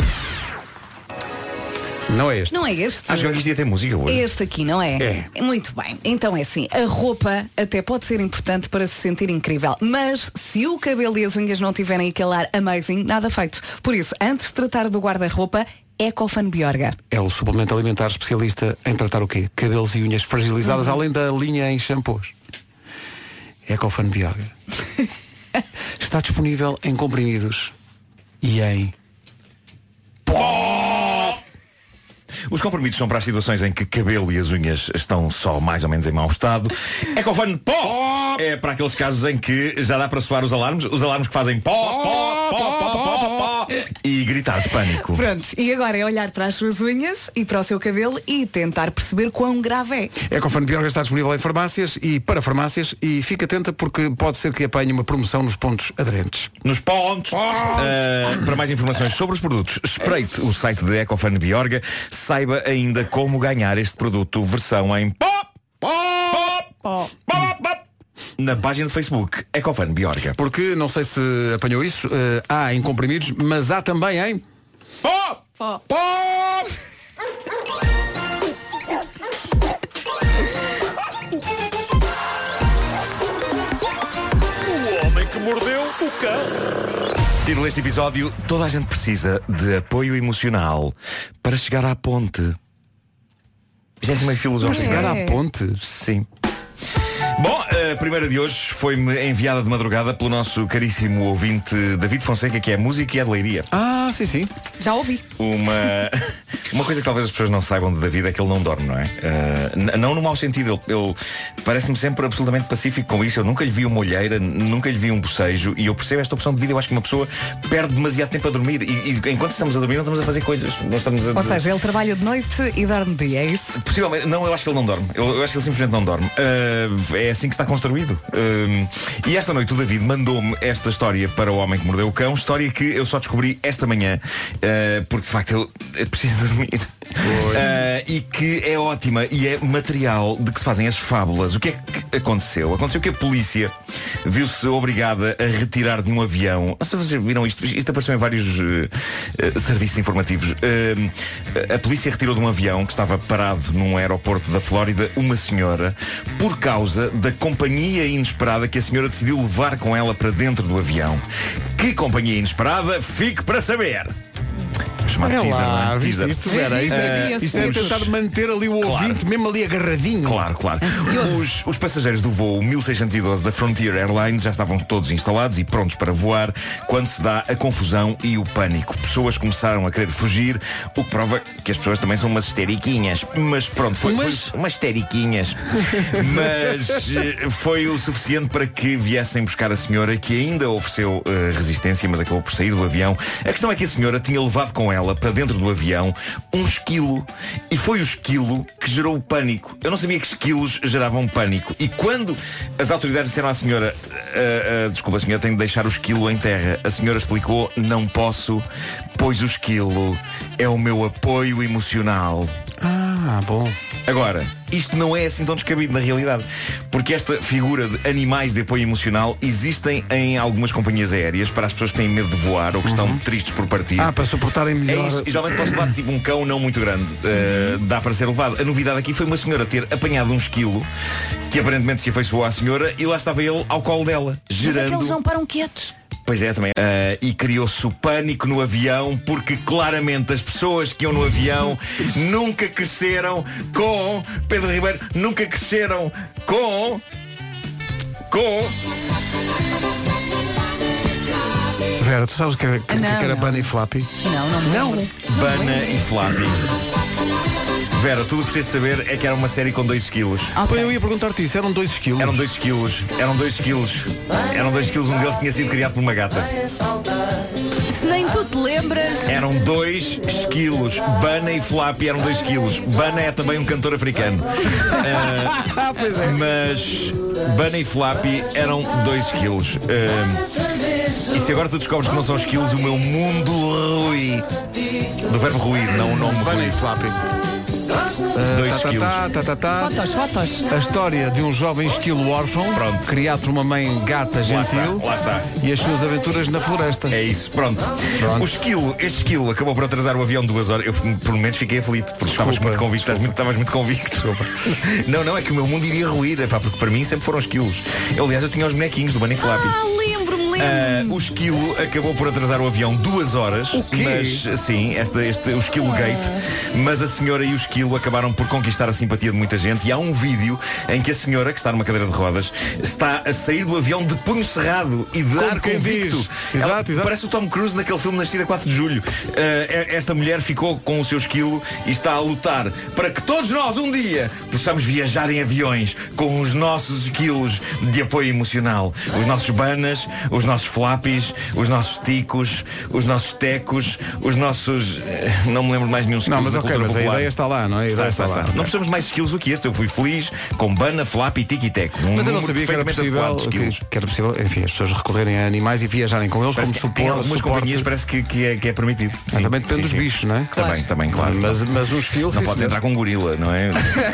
Não é este. Não é este? Acho que isto ia ter música hoje. É este aqui, não é? É. Muito bem. Então é assim, a roupa até pode ser importante para se sentir incrível, mas se o cabelo e as unhas não tiverem aquele ar amazing, nada feito. Por isso, antes de tratar do guarda-roupa, Ecofan Biorga. É o suplemento alimentar especialista em tratar o quê? Cabelos e unhas fragilizadas, além da linha em shampoos. Ecofan Biorga. Está disponível em comprimidos e em... Os comprimidos são para as situações em que cabelo e as unhas estão só mais ou menos em mau estado. Ecofan Pó é para aqueles casos em que já dá para soar os alarmes que fazem pó, pó, pó, pó, pó, pó, pó, e gritar de pânico. Pronto, e agora é olhar para as suas unhas e para o seu cabelo e tentar perceber quão grave é. Ecofan Biorga está disponível em farmácias e para farmácias e fica atenta porque pode ser que apanhe uma promoção nos pontos aderentes. Nos pontos. Para mais informações sobre os produtos, espreite o site de Ecofan Biorga. Saiba ainda como ganhar este produto versão em pó, pó, pó, pó, pó, na página do Facebook Ecofan Biorga. Porque, não sei se apanhou isso, há em comprimidos, mas há também em... Pó, Pó. pó. O homem que mordeu o cão. Título deste episódio: toda a gente precisa de apoio emocional para chegar à ponte. Isto é assim meio filosófico. Chegar É. à ponte. Sim. Bom, a primeira de hoje foi-me enviada de madrugada pelo nosso caríssimo ouvinte David Fonseca, que é músico e é de Leiria. Ah, sim, sim. Já ouvi. Uma coisa que talvez as pessoas não saibam de David é que ele não dorme, não é? Não no mau sentido. Ele parece-me sempre absolutamente pacífico com isso. Eu nunca lhe vi uma olheira, nunca lhe vi um bocejo. E eu percebo esta opção de vida. Eu acho que uma pessoa perde demasiado tempo a dormir. E enquanto estamos a dormir, não estamos a fazer coisas. Não estamos a... Ou seja, ele trabalha de noite e dorme de dia, é isso? Possivelmente, não, eu acho que ele não dorme. Eu acho que ele simplesmente não dorme. É assim que está construído. E esta noite o David mandou-me esta história para o homem que mordeu o cão. História que eu só descobri esta manhã, porque de facto ele precisa dormir. E que é ótima e é material de que se fazem as fábulas. O que é que aconteceu? Aconteceu que a polícia viu-se obrigada a retirar de um avião. Não sei se vocês viram isto. Isto apareceu em vários serviços informativos. A polícia retirou de um avião que estava parado num aeroporto da Flórida uma senhora por causa da companhia inesperada que a senhora decidiu levar com ela para dentro do avião. Que companhia inesperada? Fique para saber. chamado É teaser, lá, não é? viste Teaser. isto, Vera? Isto é tentar manter ali o ouvinte mesmo ali agarradinho. Claro. Os passageiros do voo 1612 da Frontier Airlines já estavam todos instalados e prontos para voar quando se dá a confusão e o pânico. Pessoas começaram a querer fugir, o que prova que as pessoas também são umas histeriquinhas. Mas pronto, foi umas histeriquinhas. Mas foi o suficiente para que viessem buscar a senhora, que ainda ofereceu resistência, mas acabou por sair do avião. A questão é que a senhora tinha levado com ela para dentro do avião um esquilo, e foi o esquilo que gerou o pânico. Eu não sabia que esquilos geravam pânico. E quando as autoridades disseram à senhora desculpa, a senhora tem de deixar o esquilo em terra, a senhora explicou: não posso, pois o esquilo é o meu apoio emocional. Bom. Agora, isto não é assim tão descabido na realidade, porque esta figura de animais de apoio emocional existem em algumas companhias aéreas para as pessoas que têm medo de voar ou que estão tristes por partir. Para suportarem melhor. É isso, e geralmente posso levar tipo um cão não muito grande. Dá para ser levado. A novidade aqui foi uma senhora ter apanhado um esquilo que aparentemente se afeiçoou à senhora e lá estava ele ao colo dela, gerando... Mas é que eles não param quietos. Pois é, também. E criou-se o pânico no avião, porque claramente as pessoas que iam no avião nunca cresceram com... Pedro Ribeiro, nunca cresceram com... Vera, tu sabes o que era Bana e Flappy? Não. Bana e Flappy. Vera, tudo o que precisas saber é que era uma série com 2 esquilos. Okay. Eu ia perguntar-te isso, eram 2 esquilos? Eram 2 esquilos. Um deles tinha sido criado por uma gata. Se nem tu te lembras. Eram 2 esquilos. Bana e Flappy eram 2 esquilos. Bana é também um cantor africano. Pois é. Mas Bana e Flappy eram 2 esquilos. E se agora tu descobres que não são esquilos, o meu mundo rui. Do verbo ruir, não o nome Bana rui. e Flappy. 2 esquilos. Fotos. A história de um jovem esquilo órfão, criado por uma mãe gata gentil, lá está. e as suas aventuras na floresta. É isso, pronto. Este esquilo acabou por atrasar o avião 2 horas. Eu por momentos fiquei aflito, porque estavas muito convicto. Estavas muito convicto. Não, é que o meu mundo iria ruir, porque para mim sempre foram esquilos. Aliás, eu tinha os bonequinhos do Bana e Flappy. Lembro-me. O esquilo acabou por atrasar o avião 2 horas. O quê? Mas, sim, o esquilo gate. Mas a senhora e o esquilo acabaram por conquistar a simpatia de muita gente. E há um vídeo em que a senhora, que está numa cadeira de rodas, está a sair do avião de punho cerrado e de ar convicto. Exato. Parece o Tom Cruise naquele filme Nascido a 4 de Julho. Esta mulher ficou com o seu esquilo e está a lutar para que todos nós um dia possamos viajar em aviões com os nossos esquilos de apoio emocional. Os nossos banas, os nossos flappies, os nossos ticos, os nossos tecos, os nossos... Não me lembro mais nenhum esquilo. Não, mas ok, mas a ideia está lá, não é? Está. Não precisamos mais esquilos do que este. Eu fui feliz com bana, flappy, tico e teco. Mas eu não sabia que era possível, enfim, as pessoas recorrerem a animais e viajarem com eles como suporte. Em algumas companhias parece que é permitido. Mas também depende dos bichos, não é? Também, claro. Mas um esquilo... Não podes entrar com um gorila, não é?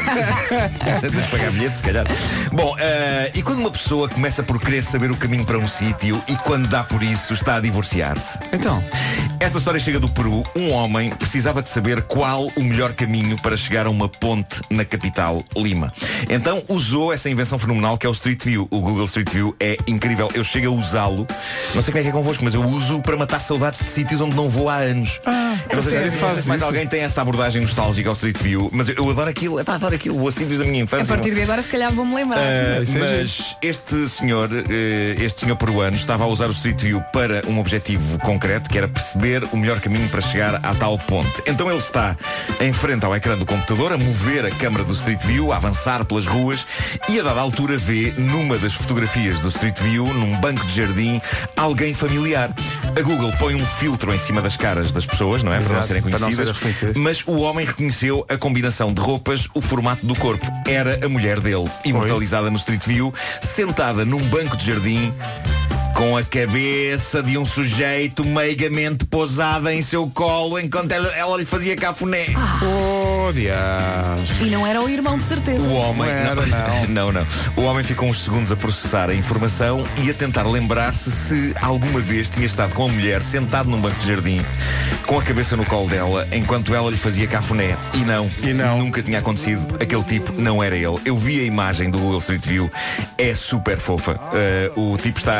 Tens de pagar bilhete, se calhar. Bom, e quando uma pessoa começa por querer saber o caminho para um sítio e quando dá por isso está a divorciar-se? Então, esta história chega do Peru. Um homem precisava de saber qual o melhor caminho para chegar a uma ponte na capital, Lima. Então usou essa invenção fenomenal que é o Street View. O Google Street View é incrível. Eu chego a usá-lo, não sei como é que é convosco, mas eu uso para matar saudades de sítios onde não vou há anos. Eu não sei se mais alguém tem essa abordagem nostálgica ao Street View, mas eu adoro aquilo. Adoro aquilo. Vou a sítios da minha infância. A partir de agora se calhar vou-me lembrar. Mas este senhor peruano estava a usar o Street View para um objetivo concreto, que era perceber o melhor caminho para chegar à tal ponte. Então ele está em frente ao ecrã do computador, a mover a câmara do Street View, a avançar pelas ruas e a dada altura vê numa das fotografias do Street View, num banco de jardim, alguém familiar. A Google põe um filtro em cima das caras das pessoas, não é? Para não serem conhecidas. Mas o homem reconheceu a combinação de roupas, o formato do corpo. Era a mulher dele, imortalizada no Street View, sentada num banco de jardim, com a cabeça de um sujeito meigamente pousada em seu colo enquanto ela lhe fazia cafuné. Oh, dias. E não era o irmão, de certeza. O homem... Não. O homem ficou uns segundos a processar a informação e a tentar lembrar-se se alguma vez tinha estado com a mulher sentado num banco de jardim, com a cabeça no colo dela, enquanto ela lhe fazia cafuné. E não. Nunca tinha acontecido. Aquele tipo não era ele. Eu vi a imagem do Google Street View. É super fofa. O tipo está incrível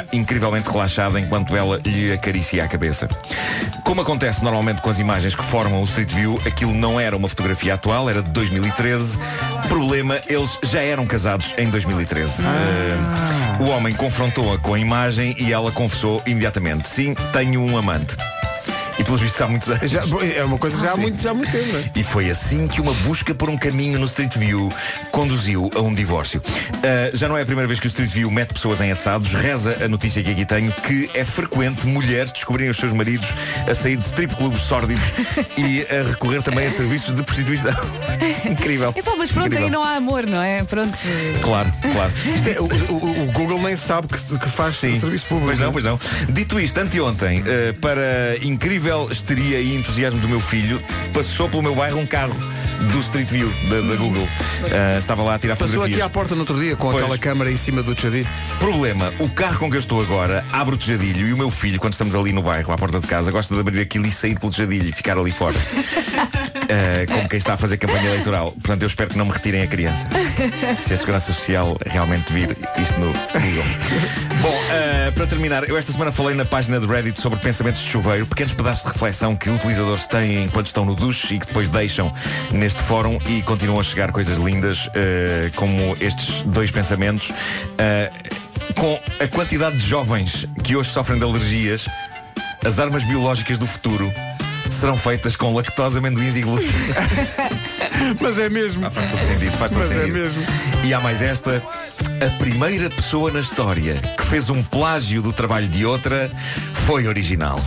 visivelmente relaxada enquanto ela lhe acaricia a cabeça. Como acontece normalmente com as imagens que formam o Street View, aquilo não era uma fotografia atual, era de 2013. Problema, eles já eram casados em 2013. O homem confrontou-a com a imagem e ela confessou imediatamente: sim, tenho um amante. E pelos vistos há muitos anos. É uma coisa já há muito tempo, não é? E foi assim que uma busca por um caminho no Street View conduziu a um divórcio. Já não é a primeira vez que o Street View mete pessoas em assados. Reza a notícia que aqui tenho que é frequente mulheres descobrirem os seus maridos a sair de strip clubes sórdidos e a recorrer também a serviços de prostituição. Incrível. Mas pronto, Incrível. aí não há amor, não é? Pronto. Claro. O Google nem sabe que faz serviço público. Pois não. Dito isto, anteontem, para incrível histeria e entusiasmo do meu filho, passou pelo meu bairro um carro do Street View da Google. Estava lá a tirar Passou fotografias. aqui à porta no outro dia com Pois. aquela câmara em cima do tejadilho. Problema, o carro com que eu estou agora abre o tejadilho e o meu filho, quando estamos ali no bairro, à porta de casa, gosta de abrir aquilo e sair pelo tejadilho e ficar ali fora. Como quem está a fazer campanha eleitoral. Portanto, eu espero que não me retirem a criança. Se a Segurança Social realmente vir isto no Google. Bom, para terminar, eu esta semana falei na página de Reddit sobre pensamentos de chuveiro, pequenos pedaços de reflexão que utilizadores têm enquanto estão no duche e que depois deixam neste fórum, e continuam a chegar coisas lindas, como estes dois pensamentos. Com a quantidade de jovens que hoje sofrem de alergias, as armas biológicas do futuro serão feitas com lactose, amendoins e glúten. Mas é mesmo. Faz todo sentido, faz todo Mas sentido. é mesmo. E há mais esta: a primeira pessoa na história que fez um plágio do trabalho de outra foi original.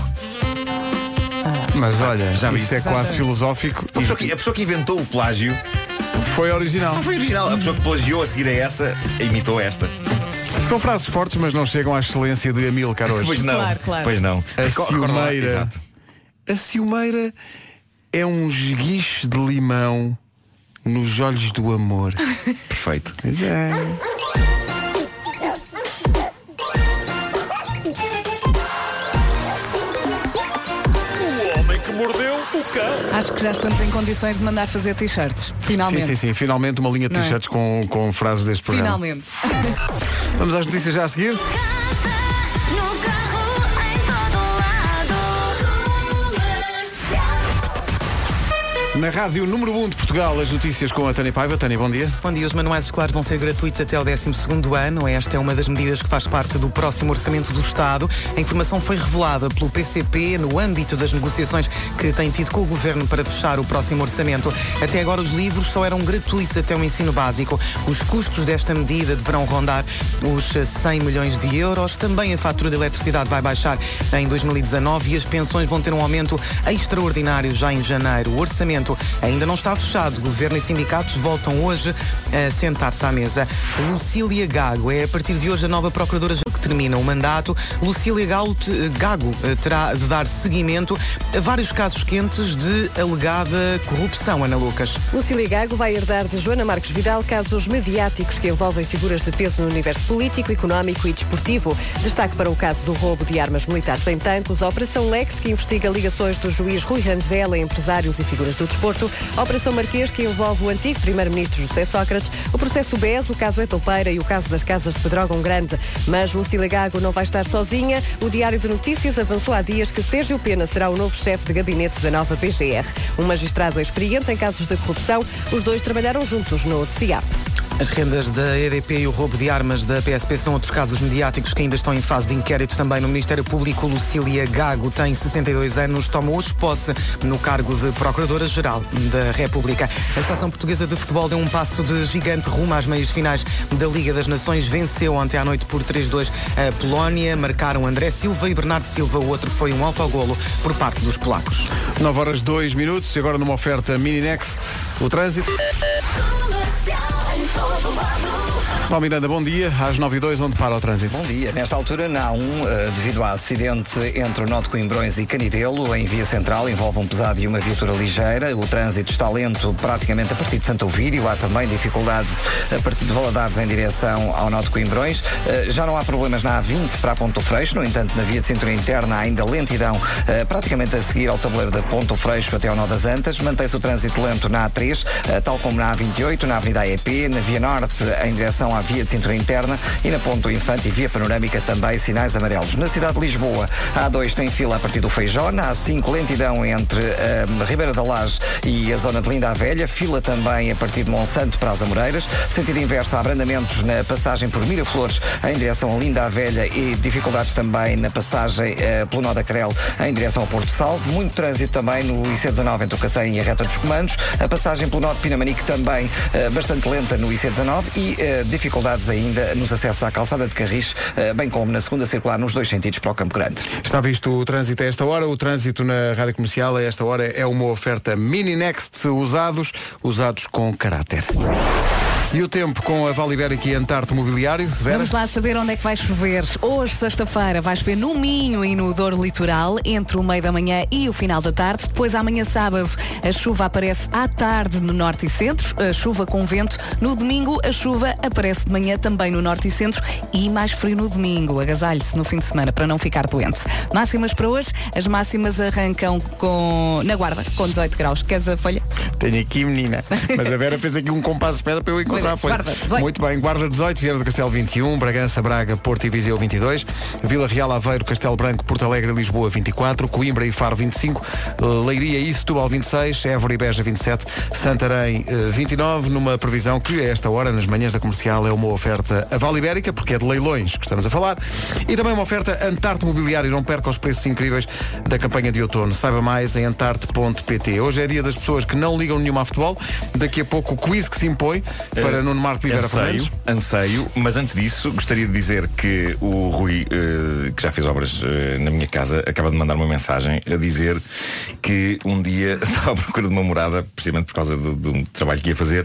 Mas olha, Já vi. isso é quase filosófico. A pessoa que inventou o plágio Foi original. foi original. A pessoa que plagiou a seguir a essa imitou esta. São frases fortes, mas não chegam à excelência de Amílcar hoje. Pois não. Claro. Pois não. A ciumeira. Exato. A ciumeira é um esguiche de limão nos olhos do amor. Perfeito. Pois é. O homem que mordeu o cão. Acho que já estamos em condições de mandar fazer t-shirts. Finalmente. Sim. Finalmente uma linha de Não é? t-shirts com frases deste programa. Finalmente. Vamos às notícias já a seguir. Na rádio número 1 de Portugal, as notícias com a Tânia Paiva. Tânia, bom dia. Bom dia. Os manuais escolares vão ser gratuitos até ao 12º ano. Esta é uma das medidas que faz parte do próximo orçamento do Estado. A informação foi revelada pelo PCP no âmbito das negociações que tem tido com o Governo para fechar o próximo orçamento. Até agora os livros só eram gratuitos até o ensino básico. Os custos desta medida deverão rondar os 100 milhões de euros. Também a fatura de eletricidade vai baixar em 2019 e as pensões vão ter um aumento extraordinário já em janeiro. O orçamento ainda não está fechado. Governo e sindicatos voltam hoje a sentar-se à mesa. Lucília Gago é a partir de hoje a nova procuradora que termina o mandato. Lucília Gago terá de dar seguimento a vários casos quentes de alegada corrupção. Ana Lucas. Lucília Gago vai herdar de Joana Marques Vidal casos mediáticos que envolvem figuras de peso no universo político, económico e desportivo. Destaque para o caso do roubo de armas militares em Tancos, a Operação Lex, que investiga ligações do juiz Rui Rangel a empresários e figuras do desporto, a Operação Marquês, que envolve o antigo primeiro-ministro José Sócrates, o processo BES, o caso Etopeira e o caso das casas de Pedrógão Grande. Mas Lucília Gago não vai estar sozinha. O Diário de Notícias avançou há dias que Sérgio Pena será o novo chefe de gabinete da nova PGR. Um magistrado experiente em casos de corrupção. Os dois trabalharam juntos no CIAP. As rendas da EDP e o roubo de armas da PSP são outros casos mediáticos que ainda estão em fase de inquérito também no Ministério Público. Lucília Gago tem 62 anos, toma hoje posse no cargo de Procuradora-Geral da República. A Seleção Portuguesa de Futebol deu um passo de gigante rumo às meias finais da Liga das Nações. Venceu ontem à noite por 3-2 a Polónia. Marcaram André Silva e Bernardo Silva. O outro foi um autogolo por parte dos polacos. 9h02, agora numa oferta Mini Next, o trânsito. Paulo Miranda, bom dia. Às 9h02, onde para o trânsito? Bom dia. Nesta altura, na A1, devido ao acidente entre o nó de Coimbrões e Canidelo, em via central, envolve um pesado e uma viatura ligeira. O trânsito está lento praticamente a partir de Santo Ovírio. Há também dificuldades a partir de Valadares em direção ao nó de Coimbrões. Já não há problemas na A20 para a Ponte do Freixo. No entanto, na via de cintura interna há ainda lentidão praticamente a seguir ao tabuleiro da Ponte do Freixo até ao nó das Antas. Mantém-se o trânsito lento na A3, tal como na A28, na Avenida AEP, na via norte em direção à há via de cintura interna e na Ponte do Infante e via panorâmica também sinais amarelos. Na cidade de Lisboa, a A2 tem fila a partir do Feijó, na A5 lentidão entre a Ribeira da Laje e a zona de Linda a Velha, fila também a partir de Monsanto para as Amoreiras, sentido inverso há abrandamentos na passagem por Miraflores em direção a Linda a Velha e dificuldades também na passagem pelo Nó da Crel em direção ao Porto Salvo, muito trânsito também no IC19 entre o Cacém e a Reta dos Comandos, a passagem pelo Nó de Pinamanique também bastante lenta no IC19 e dificuldades ainda nos acessos à calçada de Carris, bem como na segunda circular nos dois sentidos para o Campo Grande. Está visto o trânsito a esta hora. O trânsito na Rádio Comercial a esta hora é uma oferta Mini Next usados com caráter. E o tempo com a Vale Ibérica e Antarte Mobiliário. Vera? Vamos lá saber onde é que vai chover. Hoje, sexta-feira, vai chover no Minho e no Douro Litoral, entre o meio da manhã e o final da tarde. Depois, amanhã sábado, a chuva aparece à tarde no norte e centro, a chuva com vento. No domingo, a chuva aparece de manhã também no norte e centro e mais frio no domingo. Agasalhe-se no fim de semana para não ficar doente. Máximas para hoje, as máximas arrancam na Guarda, com 18 graus. Queres a folha? Tenho aqui, menina. Mas a Vera fez aqui um compasso de espera para eu encontrar a folha. Guarda, muito bem, Guarda 18, Vieira do Castelo 21, Bragança, Braga, Porto e Viseu 22, Vila Real, Aveiro, Castelo Branco, Porto Alegre e Lisboa 24, Coimbra e Faro 25, Leiria e Setúbal 26, Évora e Beja 27, Santarém 29, numa previsão que a esta hora, nas manhãs da Comercial, é uma oferta a Vale Ibérica, porque é de leilões que estamos a falar, e também uma oferta Antarte Mobiliário. Não perca os preços incríveis da campanha de outono. Saiba mais em antarte.pt. Hoje é dia das pessoas que não ligam nenhuma a futebol. Daqui a pouco o quiz que se impõe para Nuno Marco e Vera Fernandes. Anseio, mas antes disso gostaria de dizer que o Rui, que já fez obras na minha casa, acaba de mandar uma mensagem a dizer que um dia estava à procura de uma morada, precisamente por causa do trabalho que ia fazer,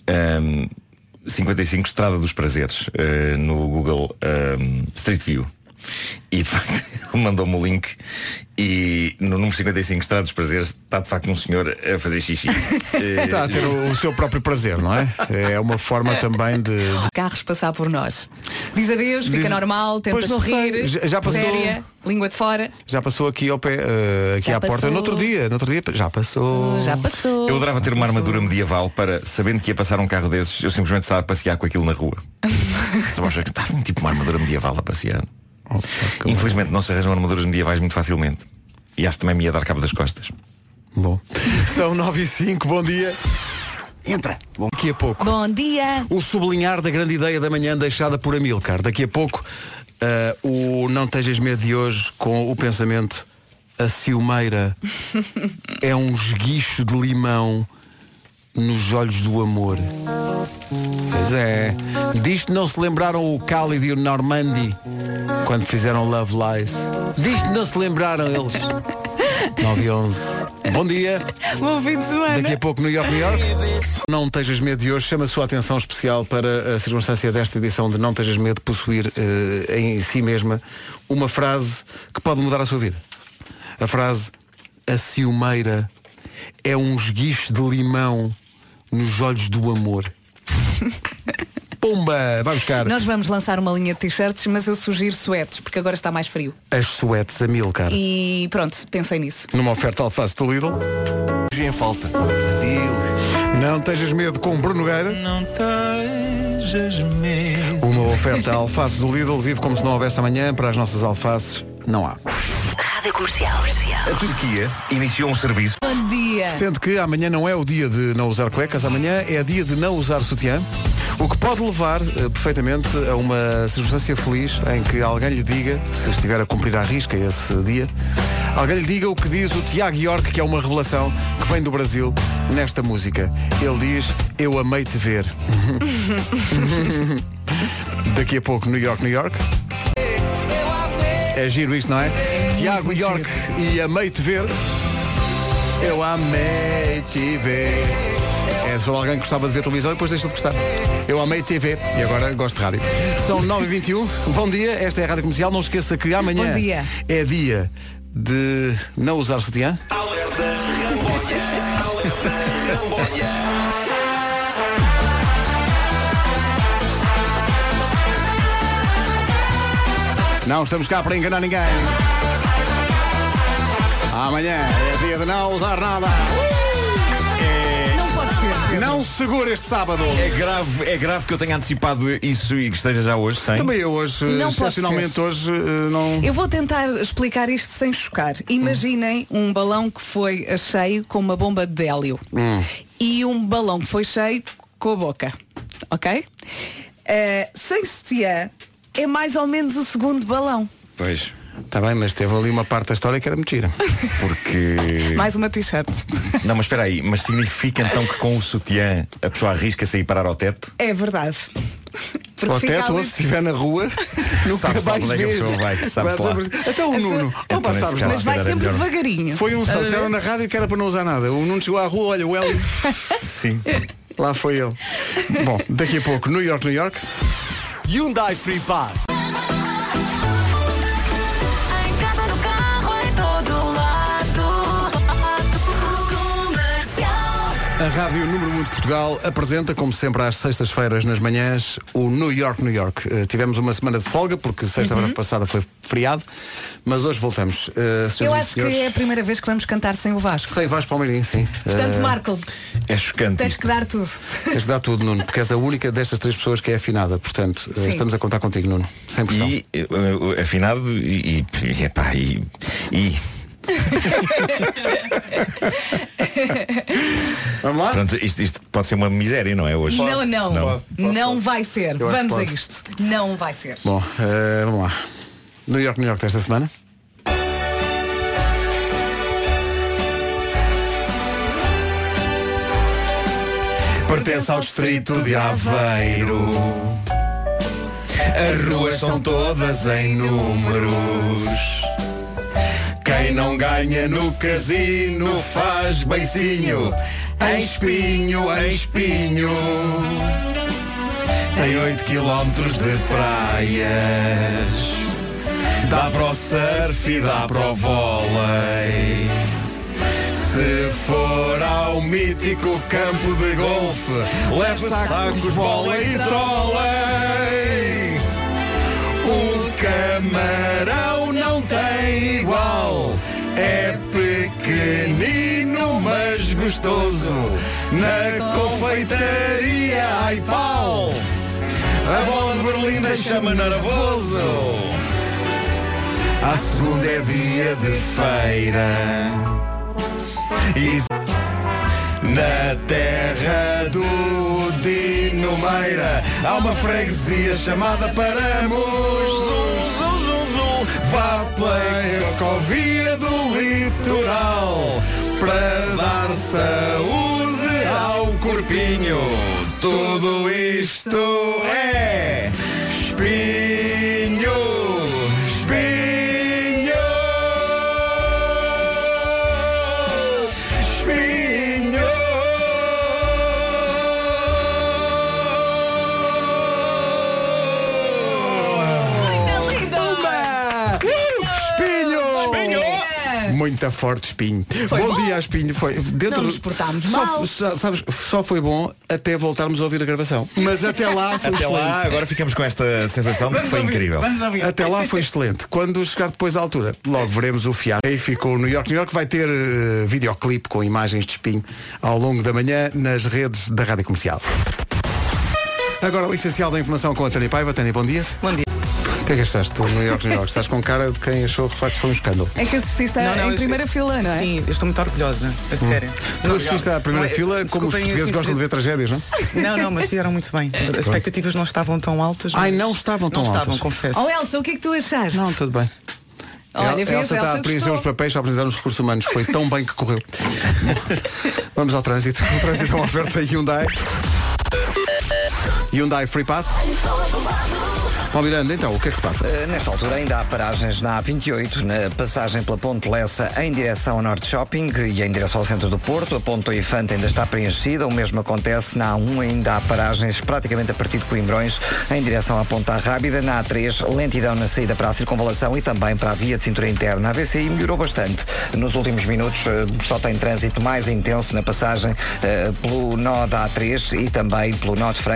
55 Estrada dos Prazeres, no Google Street View. E de facto ele mandou-me o link e no número 55 Estrada dos Prazeres está de facto um senhor a fazer xixi. Está a ter o seu próprio prazer, não é? É uma forma também de carros passar por nós. Diz adeus, fica normal, tenta sorrir, já passou, séria, língua de fora. Já passou aqui ao pé, aqui à porta, no outro dia já passou. Já passou. Eu adorava ter uma armadura medieval para, sabendo que ia passar um carro desses, eu simplesmente estava a passear com aquilo na rua. Só acho que está tipo uma armadura medieval a passear. Infelizmente não se arranjam armaduras medievais muito facilmente. E acho que também me ia dar cabo das costas. Bom, são 9h05, bom dia. Entra. Bom, daqui a pouco. Bom dia. O sublinhar da grande ideia da manhã deixada por Amilcar. Daqui a pouco o Não Tejas Medo de hoje com o pensamento: a ciumeira é um esguicho de limão nos olhos do amor. Pois é. Disto não se lembraram o Khalid e o Normandy quando fizeram Love Lies. Disto não se lembraram eles. 9h11. Bom dia. Bom fim de semana. Daqui a pouco New York. Não Tejas Medo de hoje chama a sua atenção especial para a circunstância desta edição de Não Tejas Medo de possuir em si mesma uma frase que pode mudar a sua vida. A frase: a ciumeira é um esguicho de limão nos olhos do amor. Pumba! Vai buscar. Nós vamos lançar uma linha de t-shirts, mas eu sugiro suetes, porque agora está mais frio. As suetes a Milcar. E pronto, pensei nisso. Numa oferta alface do Lidl. Hoje em falta. Adeus. Não Tejas Medo com Bruno Nogueira. Não tejas medo. Uma oferta alface do Lidl. Vive como se não houvesse amanhã. Para as nossas alfaces, não há. Rádio Comercial. A Turquia iniciou um serviço. Bom dia. Sendo que amanhã não é o dia de não usar cuecas, amanhã é dia de não usar sutiã. O que pode levar perfeitamente a uma circunstância feliz em que alguém lhe diga, se estiver a cumprir à risca esse dia, alguém lhe diga o que diz o Tiago York, que é uma revelação que vem do Brasil, nesta música. Ele diz: eu amei-te ver. Daqui a pouco New York. É giro isto, não é? Tiago York e amei-te ver. Eu amei-te ver. É sobre alguém que gostava de ver televisão e depois deixa de gostar. Eu amei TV e agora gosto de rádio. São 9h21. Bom dia, esta é a Rádio Comercial. Não esqueça que amanhã é dia de não usar sutiã. Não estamos cá para enganar ninguém. Amanhã é dia de não usar nada. Não pode ser. Pedro. Não segura este sábado. É grave que eu tenha antecipado isso e que esteja já hoje, sem. Também eu hoje, Não pode excepcionalmente ser. hoje, não... Eu vou tentar explicar isto sem chocar. Imaginem um balão que foi cheio com uma bomba de hélio e um balão que foi cheio com a boca. Ok? Sem sutiã é mais ou menos o segundo balão. Pois. Está bem, mas teve ali uma parte da história que era mentira. Porque... Mais uma t-shirt. Não, mas espera aí. Mas significa então que com o sutiã a pessoa arrisca-se a ir parar ao teto? É verdade. Porque Ao fica teto, ou ali- se estiver na rua, nunca Sabe-se lá mais onde é que a vês. pessoa vai, sabe-se lá. Até o Nuno. Então, Opa, nesse sabes caso, lá. Mas vai se calhar é sempre melhor. devagarinho. Foi um salto, disseram na rádio que era para não usar nada. O Nuno chegou à rua, olha, o Hélio. Sim. Lá foi ele. Bom, daqui a pouco, New York, New York. Hyundai Free Pass. A Rádio Número 1 de Portugal apresenta, como sempre às sextas-feiras nas manhãs, o New York, New York. Tivemos uma semana de folga, porque sexta-feira passada foi feriado, mas hoje voltamos. Eu acho que é a primeira vez que vamos cantar sem o Vasco. Sem Vasco Palmeirinho, sim. Portanto, Marco, É chocante tens isto. que dar tudo. Tens de dar tudo, Nuno, porque és a única destas três pessoas que é afinada. Portanto, Sim. estamos a contar contigo, Nuno. Sem pressão. E afinado epá, Vamos lá? Pronto, isto pode ser uma miséria, não é hoje? Não vai ser. Eu acho Vamos que a pode. isto. Não vai ser. Bom, vamos lá. New York, New York desta semana. Pertence ao distrito de Aveiro. As ruas são todas em números. Quem não ganha no casino faz beicinho. Em espinho, em espinho. Tem 8 quilómetros de praias. Dá para o surf e dá para o vôlei. Se for ao mítico campo de golfe, leva sacos, bola e trolei. O camarão não tem igual. É pequenino, mas gostoso. Na confeitaria, ai pau. A bola de Berlim deixa-me nervoso. À segunda é dia de feira. E na terra do Dino Meira há uma freguesia chamada Paramos. Vá pela Ecovia do Litoral para dar saúde ao corpinho. Tudo isto é espinho, espinho, espinho. Muito forte espinho. Bom dia, espinho. Foi dentro Não nos portámos só, mal. sabes, só foi bom até voltarmos a ouvir a gravação. Mas até lá foi Até excelente. lá, agora ficamos com esta sensação de que foi incrível. Até lá foi excelente. Quando chegar depois à altura, logo veremos o fiado. Aí ficou o New York. New York vai ter videoclipe com imagens de espinho ao longo da manhã nas redes da Rádio Comercial. Agora o essencial da informação com a Tânia Paiva. Tânia, bom dia. Bom dia. O que é que achaste do New York, New York? Estás com cara de quem achou que de facto foi um escândalo. É que assististe em primeira fila, não é? Sim, eu estou muito orgulhosa, a sério. Tu assististe à primeira fila como os Desculpem, portugueses assim, gostam de ver tragédias, não? Não, mas fizeram muito bem. As expectativas não estavam tão altas. Ai, mas não estavam tão Não altas. estavam, confesso. Oh Elsa, o que é que tu achaste? Não, tudo bem. Olha, Elsa vês, está a Elsa preencher gostou. os papéis para apresentar nos recursos humanos. Foi tão bem que correu. Vamos ao trânsito. O trânsito é uma oferta Hyundai. Hyundai Free Pass. Bom, Miranda, então, o que é que se passa? Nesta altura ainda há paragens na A28, na passagem pela Ponte Lessa em direção ao Norte Shopping e em direção ao centro do Porto. A Ponte do Infante ainda está preenchida. O mesmo acontece na A1, ainda há paragens praticamente a partir de Coimbrões em direção à Ponta Rábida. Na A3, lentidão na saída para a circunvalação e também para a via de cintura interna. A VCI melhorou bastante. Nos últimos minutos só tem trânsito mais intenso na passagem pelo nó da A3 e também pelo nó de Francos nos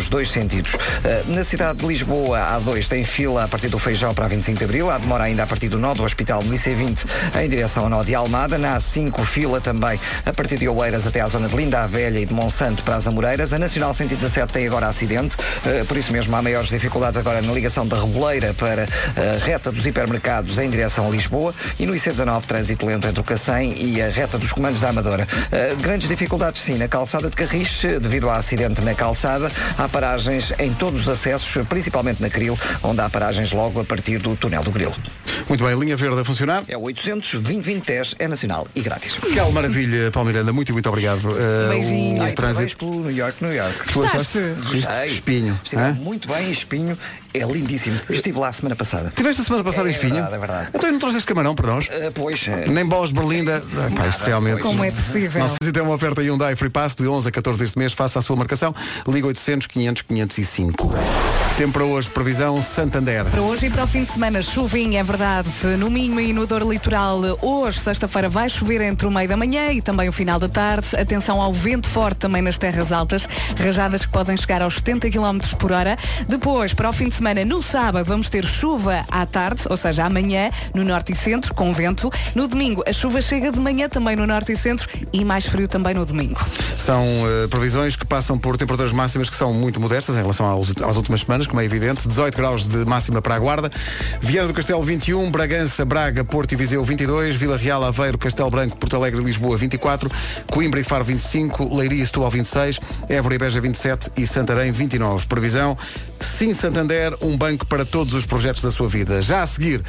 nos dois sentidos. Na cidade de Lisboa, a A2 tem fila a partir do Feijão para a 25 de Abril, há demora ainda a partir do nó do Hospital no IC20 em direção ao nó de Almada. Na A5, fila também a partir de Oeiras até à zona de Linda a Velha e de Monsanto para as Amoreiras. A Nacional 117 tem agora acidente, por isso mesmo há maiores dificuldades agora na ligação da Reboleira para a reta dos hipermercados em direção a Lisboa, e no IC19 trânsito lento entre o Cacém e a reta dos Comandos da Amadora. Grandes dificuldades sim na calçada de Carriche, devido ao acidente na calçada. Há paragens em todos os acessos, principalmente na Cril, onde há paragens logo a partir do túnel do Grilo. Muito bem, linha verde a funcionar. É o 800-2020-10, é nacional e grátis. Que maravilha, Paulo Miranda, muito obrigado. Beijinho. O trânsito. Pelo New York. Tu achaste? Gostei. Espinho. Estive muito bem em Espinho. É lindíssimo. Eu estive lá a semana passada. Tiveste a semana passada em Espinho? É verdade. Então não trouxeste camarão para nós? Pois. Nem bolas de Berlinda. Isto realmente. Como é possível? Nós tem uma oferta Hyundai Free Pass de 11 a 14 deste mês. Faça a sua marcação. Liga 800 500 505. Tempo para hoje, previsão Santander. Para hoje e para o fim de semana, chuvinha, é verdade. No Minho e no Douro Litoral, hoje, sexta-feira, vai chover entre o meio da manhã e também o final da tarde. Atenção ao vento forte também nas terras altas. Rajadas que podem chegar aos 70 km por hora. Depois, para o fim de semana, no sábado, vamos ter chuva à tarde, ou seja, amanhã, no norte e centro, com vento. No domingo, a chuva chega de manhã também no norte e centro e mais frio também no domingo. São previsões que passam por temperaturas máximas que são muito modestas em relação às últimas semanas, como é evidente. 18 graus de máxima para a Guarda. Viana do Castelo 21, Bragança, Braga, Porto e Viseu 22, Vila Real, Aveiro, Castelo Branco, Porto Alegre e Lisboa 24, Coimbra e Faro 25, Leiria e Setúbal 26, Évora e Beja 27 e Santarém 29. Previsão Sim Santander, um banco para todos os projetos da sua vida. Já a seguir,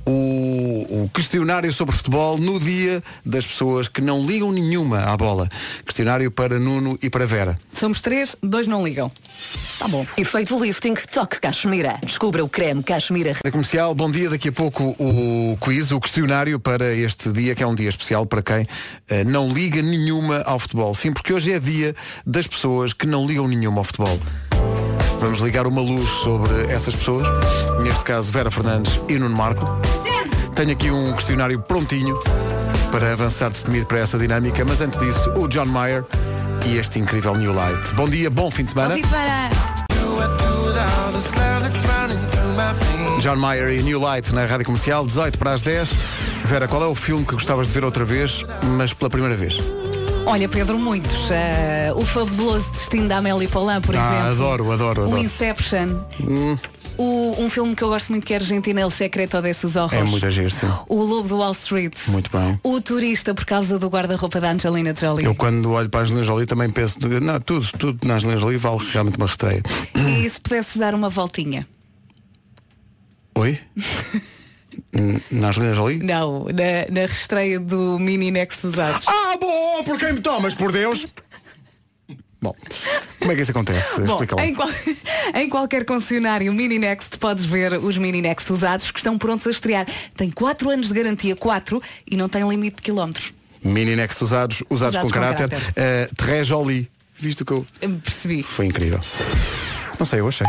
o questionário sobre futebol no dia das pessoas que não ligam nenhuma à bola. Questionário para Nuno e para Vera. Somos 3, 2 não ligam. Tá bom. Efeito lifting, toque Cachemira. Descubra o creme Cachemira. Da Comercial, bom dia. Daqui a pouco o quiz, o questionário para este dia, que é um dia especial para quem não liga nenhuma ao futebol. Sim, porque hoje é dia das pessoas que não ligam nenhuma ao futebol. Vamos ligar uma luz sobre essas pessoas. Neste caso, Vera Fernandes e Nuno Marco. Tenho aqui um questionário prontinho para avançar destemido para essa dinâmica. Mas antes disso, o John Mayer e este incrível New Light. Bom dia, bom fim de semana. Bom fim de semana. John Mayer e New Light na Rádio Comercial, 18 para as 10. Vera, qual é o filme que gostavas de ver outra vez, mas pela primeira vez? Olha, Pedro, muitos. O Fabuloso Destino da Amélie Poulain, por exemplo. Adoro. O Inception. Um filme que eu gosto muito, que é Argentina, El Secreto de sus Ojos. É muito agir, sim. O Lobo do Wall Street. Muito bem. O Turista, por causa do guarda-roupa da Angelina Jolie. Eu quando olho para a Angelina Jolie também penso, não, tudo na Angelina Jolie vale realmente uma estreia. E se pudesses dar uma voltinha? Oi? Na Angelina Jolie? Não, na reestreia do Mininex Usados. Bom, por quem me tomas, por Deus? Bom, como é que isso acontece? Explica lá. Em qualquer concessionário Mininext podes ver os Mininex usados que estão prontos a estrear. Tem 4 anos de garantia, 4, e não tem limite de quilómetros. Mininex usados com caráter. Terré Jolie. Viste o que eu percebi? Foi incrível. Não sei, eu achei.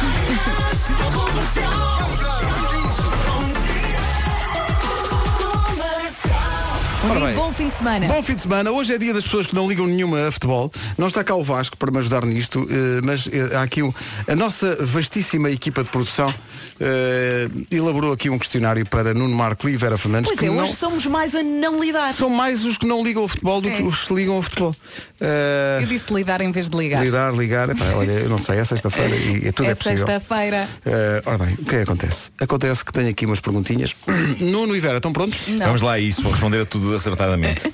Bom fim de semana. Bom fim de semana. Hoje é dia das pessoas que não ligam nenhuma a futebol. Não está cá o Vasco para me ajudar nisto, mas há aqui a nossa vastíssima equipa de produção elaborou aqui um questionário para Nuno Marco e Vera Fernandes. Pois hoje somos mais a não lidar. São mais os que não ligam ao futebol do que os que ligam ao futebol. Eu disse lidar em vez de ligar. Ligar. Epá, olha, eu não sei, é sexta-feira e tudo é possível. Sexta-feira. Ora bem, o que é que acontece? Acontece que tenho aqui umas perguntinhas. Nuno e Vera, estão prontos? Não. Vamos lá a isso, vou responder a tudo acertadamente.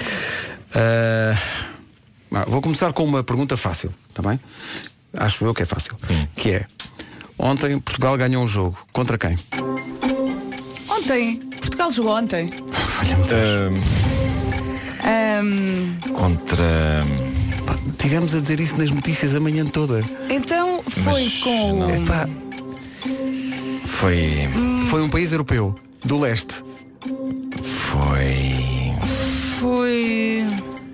Vou começar com uma pergunta fácil, está bem? Acho eu que é fácil. Que é, ontem Portugal ganhou um jogo. Contra quem? Ontem. Portugal jogou ontem. Contra... Tivemos a dizer isso nas notícias a manhã toda. Então foi com... Foi um país europeu, do leste. Foi...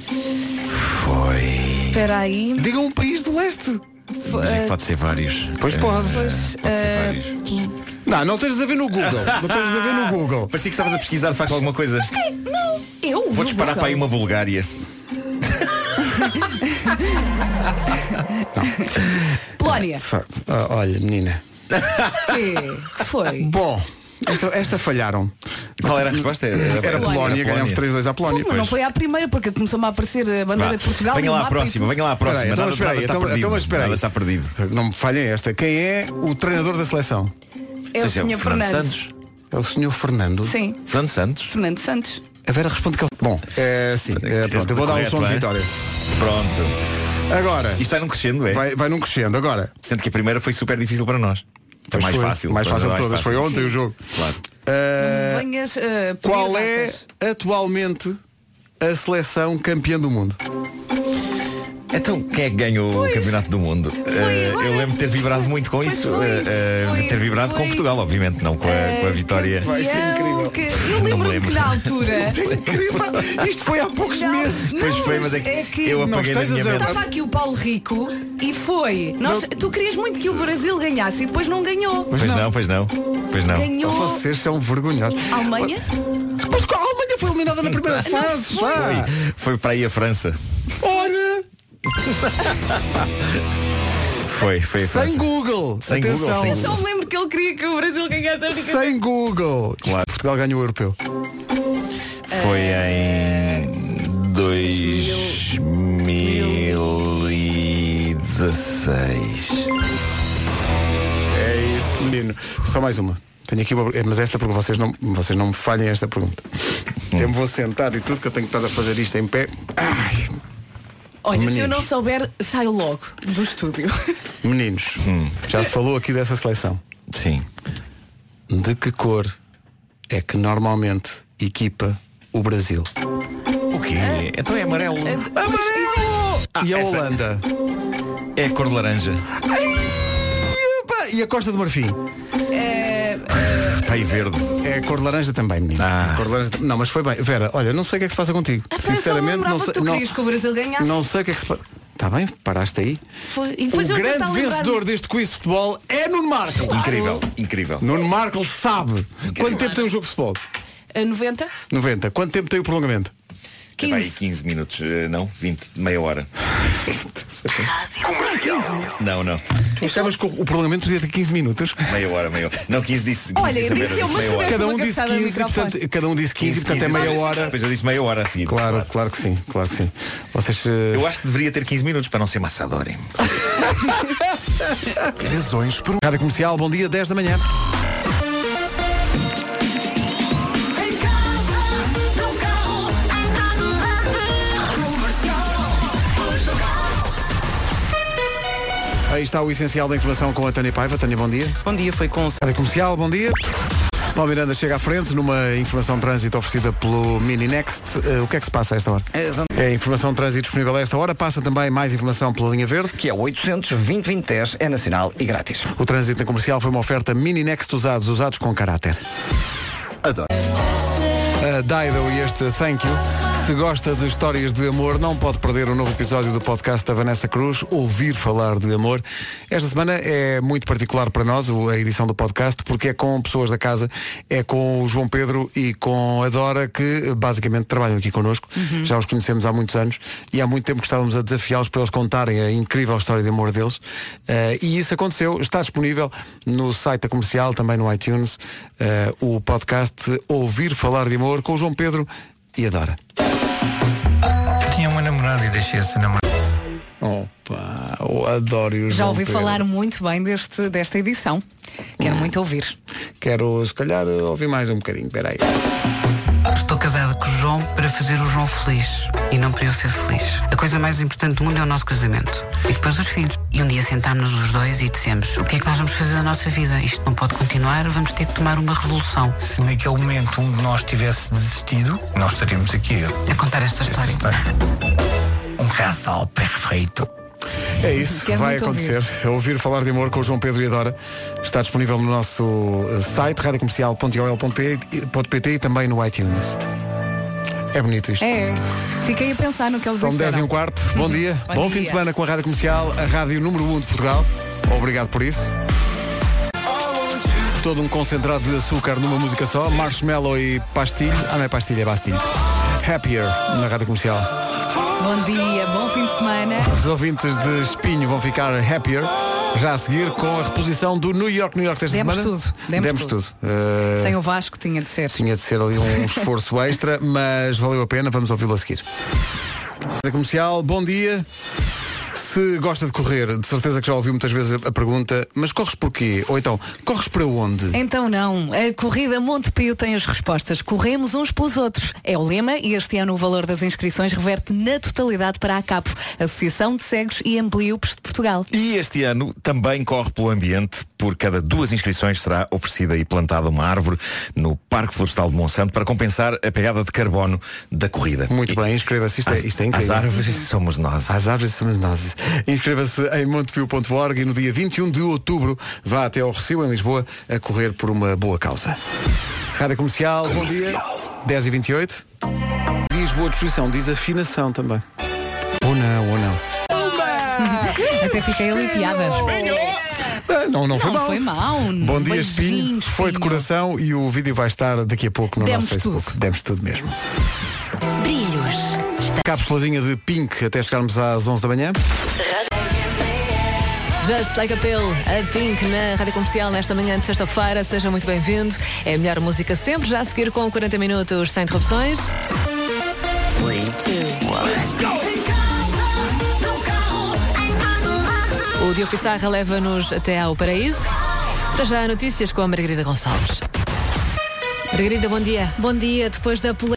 Espera aí. Diga um país do leste. Mas é que pode ser vários. Pois pode. Pode ser vários. Não tens a ver no Google. Parecia que estavas a pesquisar de facto alguma coisa. Não, eu. Vou disparar para aí uma Bulgária. Polónia. Olha, menina. Que foi? Bom, esta falharam. Qual era a resposta? Era Polónia, ganhámos 3-2 à Polónia. Mas não foi à primeira, porque começou-me a aparecer a bandeira de Portugal. Venha e o lá à mapa próxima, venha lá à próxima. Então, Nada está perdido. Não me falhem esta. Quem é o treinador da seleção? É o Sr. Fernando Santos. É o Sr. Fernando? Sim. Fernando Santos. Fernando Santos. A Vera responde que é o... Bom, sim. Pronto, eu vou dar um som de vitória. Pronto. Agora. Isto vai num crescendo, é? Vai num crescendo. Agora. Sendo que a primeira foi super difícil para nós. Foi mais fácil. Mais fácil de todas. Foi ontem o jogo. Claro. Venhas, qual é atualmente a seleção campeã do mundo? Então, quem é que ganhou o Campeonato do Mundo? Eu lembro de ter vibrado muito com isso. Ter vibrado com Portugal, obviamente, não com a vitória. Isto é incrível. Eu lembro-me que na altura. Isto é incrível. Isto foi há poucos meses. Pois foi, mas é que eu apaguei na minha mente. Estava aqui o Paulo Rico e foi. Tu querias muito que o Brasil ganhasse e depois não ganhou. Pois não. Ganhou. Vocês são vergonhosos. Alemanha? Mas a Alemanha foi eliminada na primeira fase. Foi para aí a França. Olha! Foi sem Google. Sem Atenção. Google. Eu só me lembro que ele queria que o Brasil ganhasse a única. Sem Google. Claro. Portugal ganhou o europeu. Foi em 2016. É isso, menino. Só mais uma. Tenho aqui uma, mas esta porque vocês não me falhem esta pergunta. Eu me vou sentar e tudo que eu tenho que estar a fazer isto em pé. Ai. Olha, Meninos. se eu não souber, saio logo do estúdio. Meninos, já se falou aqui dessa seleção. Sim. De que cor é que normalmente equipa o Brasil? O quê? Então é amarelo. Amarelo! E a Holanda? É a cor de laranja. E a Costa do Marfim? Pai verde. É a cor de laranja também, menino. Cor de laranja... Não, mas foi bem. Vera, olha, não sei o que é que se passa contigo. Sinceramente, não sei. Tu querias que o Brasil ganhasse? Não sei o que é que se passa. Está bem, paraste aí. Foi. E depois o grande vencedor deste quiz de futebol é Nuno Marco. Claro. Incrível. Nuno Marco sabe. Quanto tempo tem um jogo de futebol? 90? 90. Quanto tempo tem o prolongamento? 15. Vai 15 minutos, não, 20, meia hora. Não. Tu achavas que o prolongamento podia ter 15 minutos? Meia hora. Não, 15 disse. Olha, disse eu, mas tu cada um disse 15, portanto é meia hora. Depois eu disse meia hora assim. Claro que sim. Vocês, Eu acho que deveria ter 15 minutos para não ser maçador. Razões por Rádio Comercial, bom dia, 10 da manhã. Aí está o essencial da informação com a Tânia Paiva. Tânia, bom dia. Bom dia, foi com Rádio Comercial, bom dia. Paulo Miranda chega à frente numa informação de trânsito oferecida pelo Mini Next. O que é que se passa a esta hora? É a informação de trânsito disponível a esta hora. Passa também mais informação pela linha verde. Que é 800-2020-10, é nacional e grátis. O trânsito na comercial foi uma oferta Mini Next usados com caráter. Adoro. A Dido e este Thank You. Se gosta de histórias de amor, não pode perder um novo episódio do podcast da Vanessa Cruz, Ouvir Falar de Amor. Esta semana é muito particular para nós, a edição do podcast, porque é com pessoas da casa, é com o João Pedro e com a Dora, que basicamente trabalham aqui connosco. Já os conhecemos há muitos anos e há muito tempo que estávamos a desafiá-los para eles contarem a incrível história de amor deles. E isso aconteceu, está disponível no site da Comercial, também no iTunes, o podcast Ouvir Falar de Amor com o João Pedro e a Dora. Tinha uma namorada e deixei essa namorada. Opa, eu adoro o João Já ouvi Pedro. falar muito bem desta edição. Quero muito ouvir. Quero, se calhar, ouvir mais um bocadinho. Espera aí. Estou casada com o João para fazer o João feliz e não para eu ser feliz. A coisa mais importante do mundo é o nosso casamento. E depois os filhos. E um dia sentámos os dois e dissemos: o que é que nós vamos fazer da nossa vida? Isto não pode continuar, vamos ter que tomar uma resolução. Se naquele momento um de nós tivesse desistido, nós estaríamos aqui a contar esta história. Um casal perfeito. É isso, Quero vai muito acontecer. Ouvir Falar de Amor com o João Pedro e a Dora está disponível no nosso site radiocomercial.ol.pt e também no iTunes. É bonito isto. É, fiquei a pensar no que eles São disseram. 10h15. Bom dia. Bom fim de semana com a Rádio Comercial, a rádio número 1 de Portugal. Obrigado por isso. Todo um concentrado de açúcar numa música só. Marshmallow e pastilha. Ah, não é pastilha, é bastilha. Happier na Rádio Comercial. Bom dia, bom fim de semana. Os ouvintes de Espinho vão ficar happier já a seguir com a reposição do New York desta semana. Demos tudo. Sem o Vasco tinha de ser. Tinha de ser ali um esforço extra, mas valeu a pena. Vamos ouvi-lo a seguir. Comercial, bom dia. Se gosta de correr, de certeza que já ouviu muitas vezes a pergunta, mas corres porquê? Ou então, corres para onde? Então não, a corrida Montepio tem as respostas. Corremos uns pelos outros. É o lema e este ano o valor das inscrições reverte na totalidade para a ACAPO, Associação de Cegos e Ambliopes de Portugal. E este ano também corre pelo ambiente. Por cada 2 inscrições será oferecida e plantada uma árvore no Parque Florestal de Monsanto para compensar a pegada de carbono da corrida. Muito bem, inscreva-se. Isto é incrível. As árvores somos nós. As árvores somos nós. Inscreva-se em montepio.org e no dia 21 de outubro vá até ao Recio, em Lisboa, a correr por uma boa causa. Rádio Comercial, bom dia. 10h28. Diz boa disposição, diz afinação também. Ou não. Até fiquei aliviada. Não foi mal. Foi mal. Bom dia, Beijinho, Espinho. Foi de coração e o vídeo vai estar daqui a pouco no nosso Facebook. Demos tudo mesmo. Brilhos. Cápsulazinha de Pink até chegarmos às 11 da manhã. Just Like a Pill, a Pink na Rádio Comercial nesta manhã de sexta-feira. Seja muito bem-vindo. É a melhor música sempre, já a seguir com 40 minutos sem interrupções. 3, 2, 1. O Diogo Pissarra leva-nos até ao paraíso. Para já, notícias com a Margarida Gonçalves. Margarida, bom dia. Bom dia. Depois da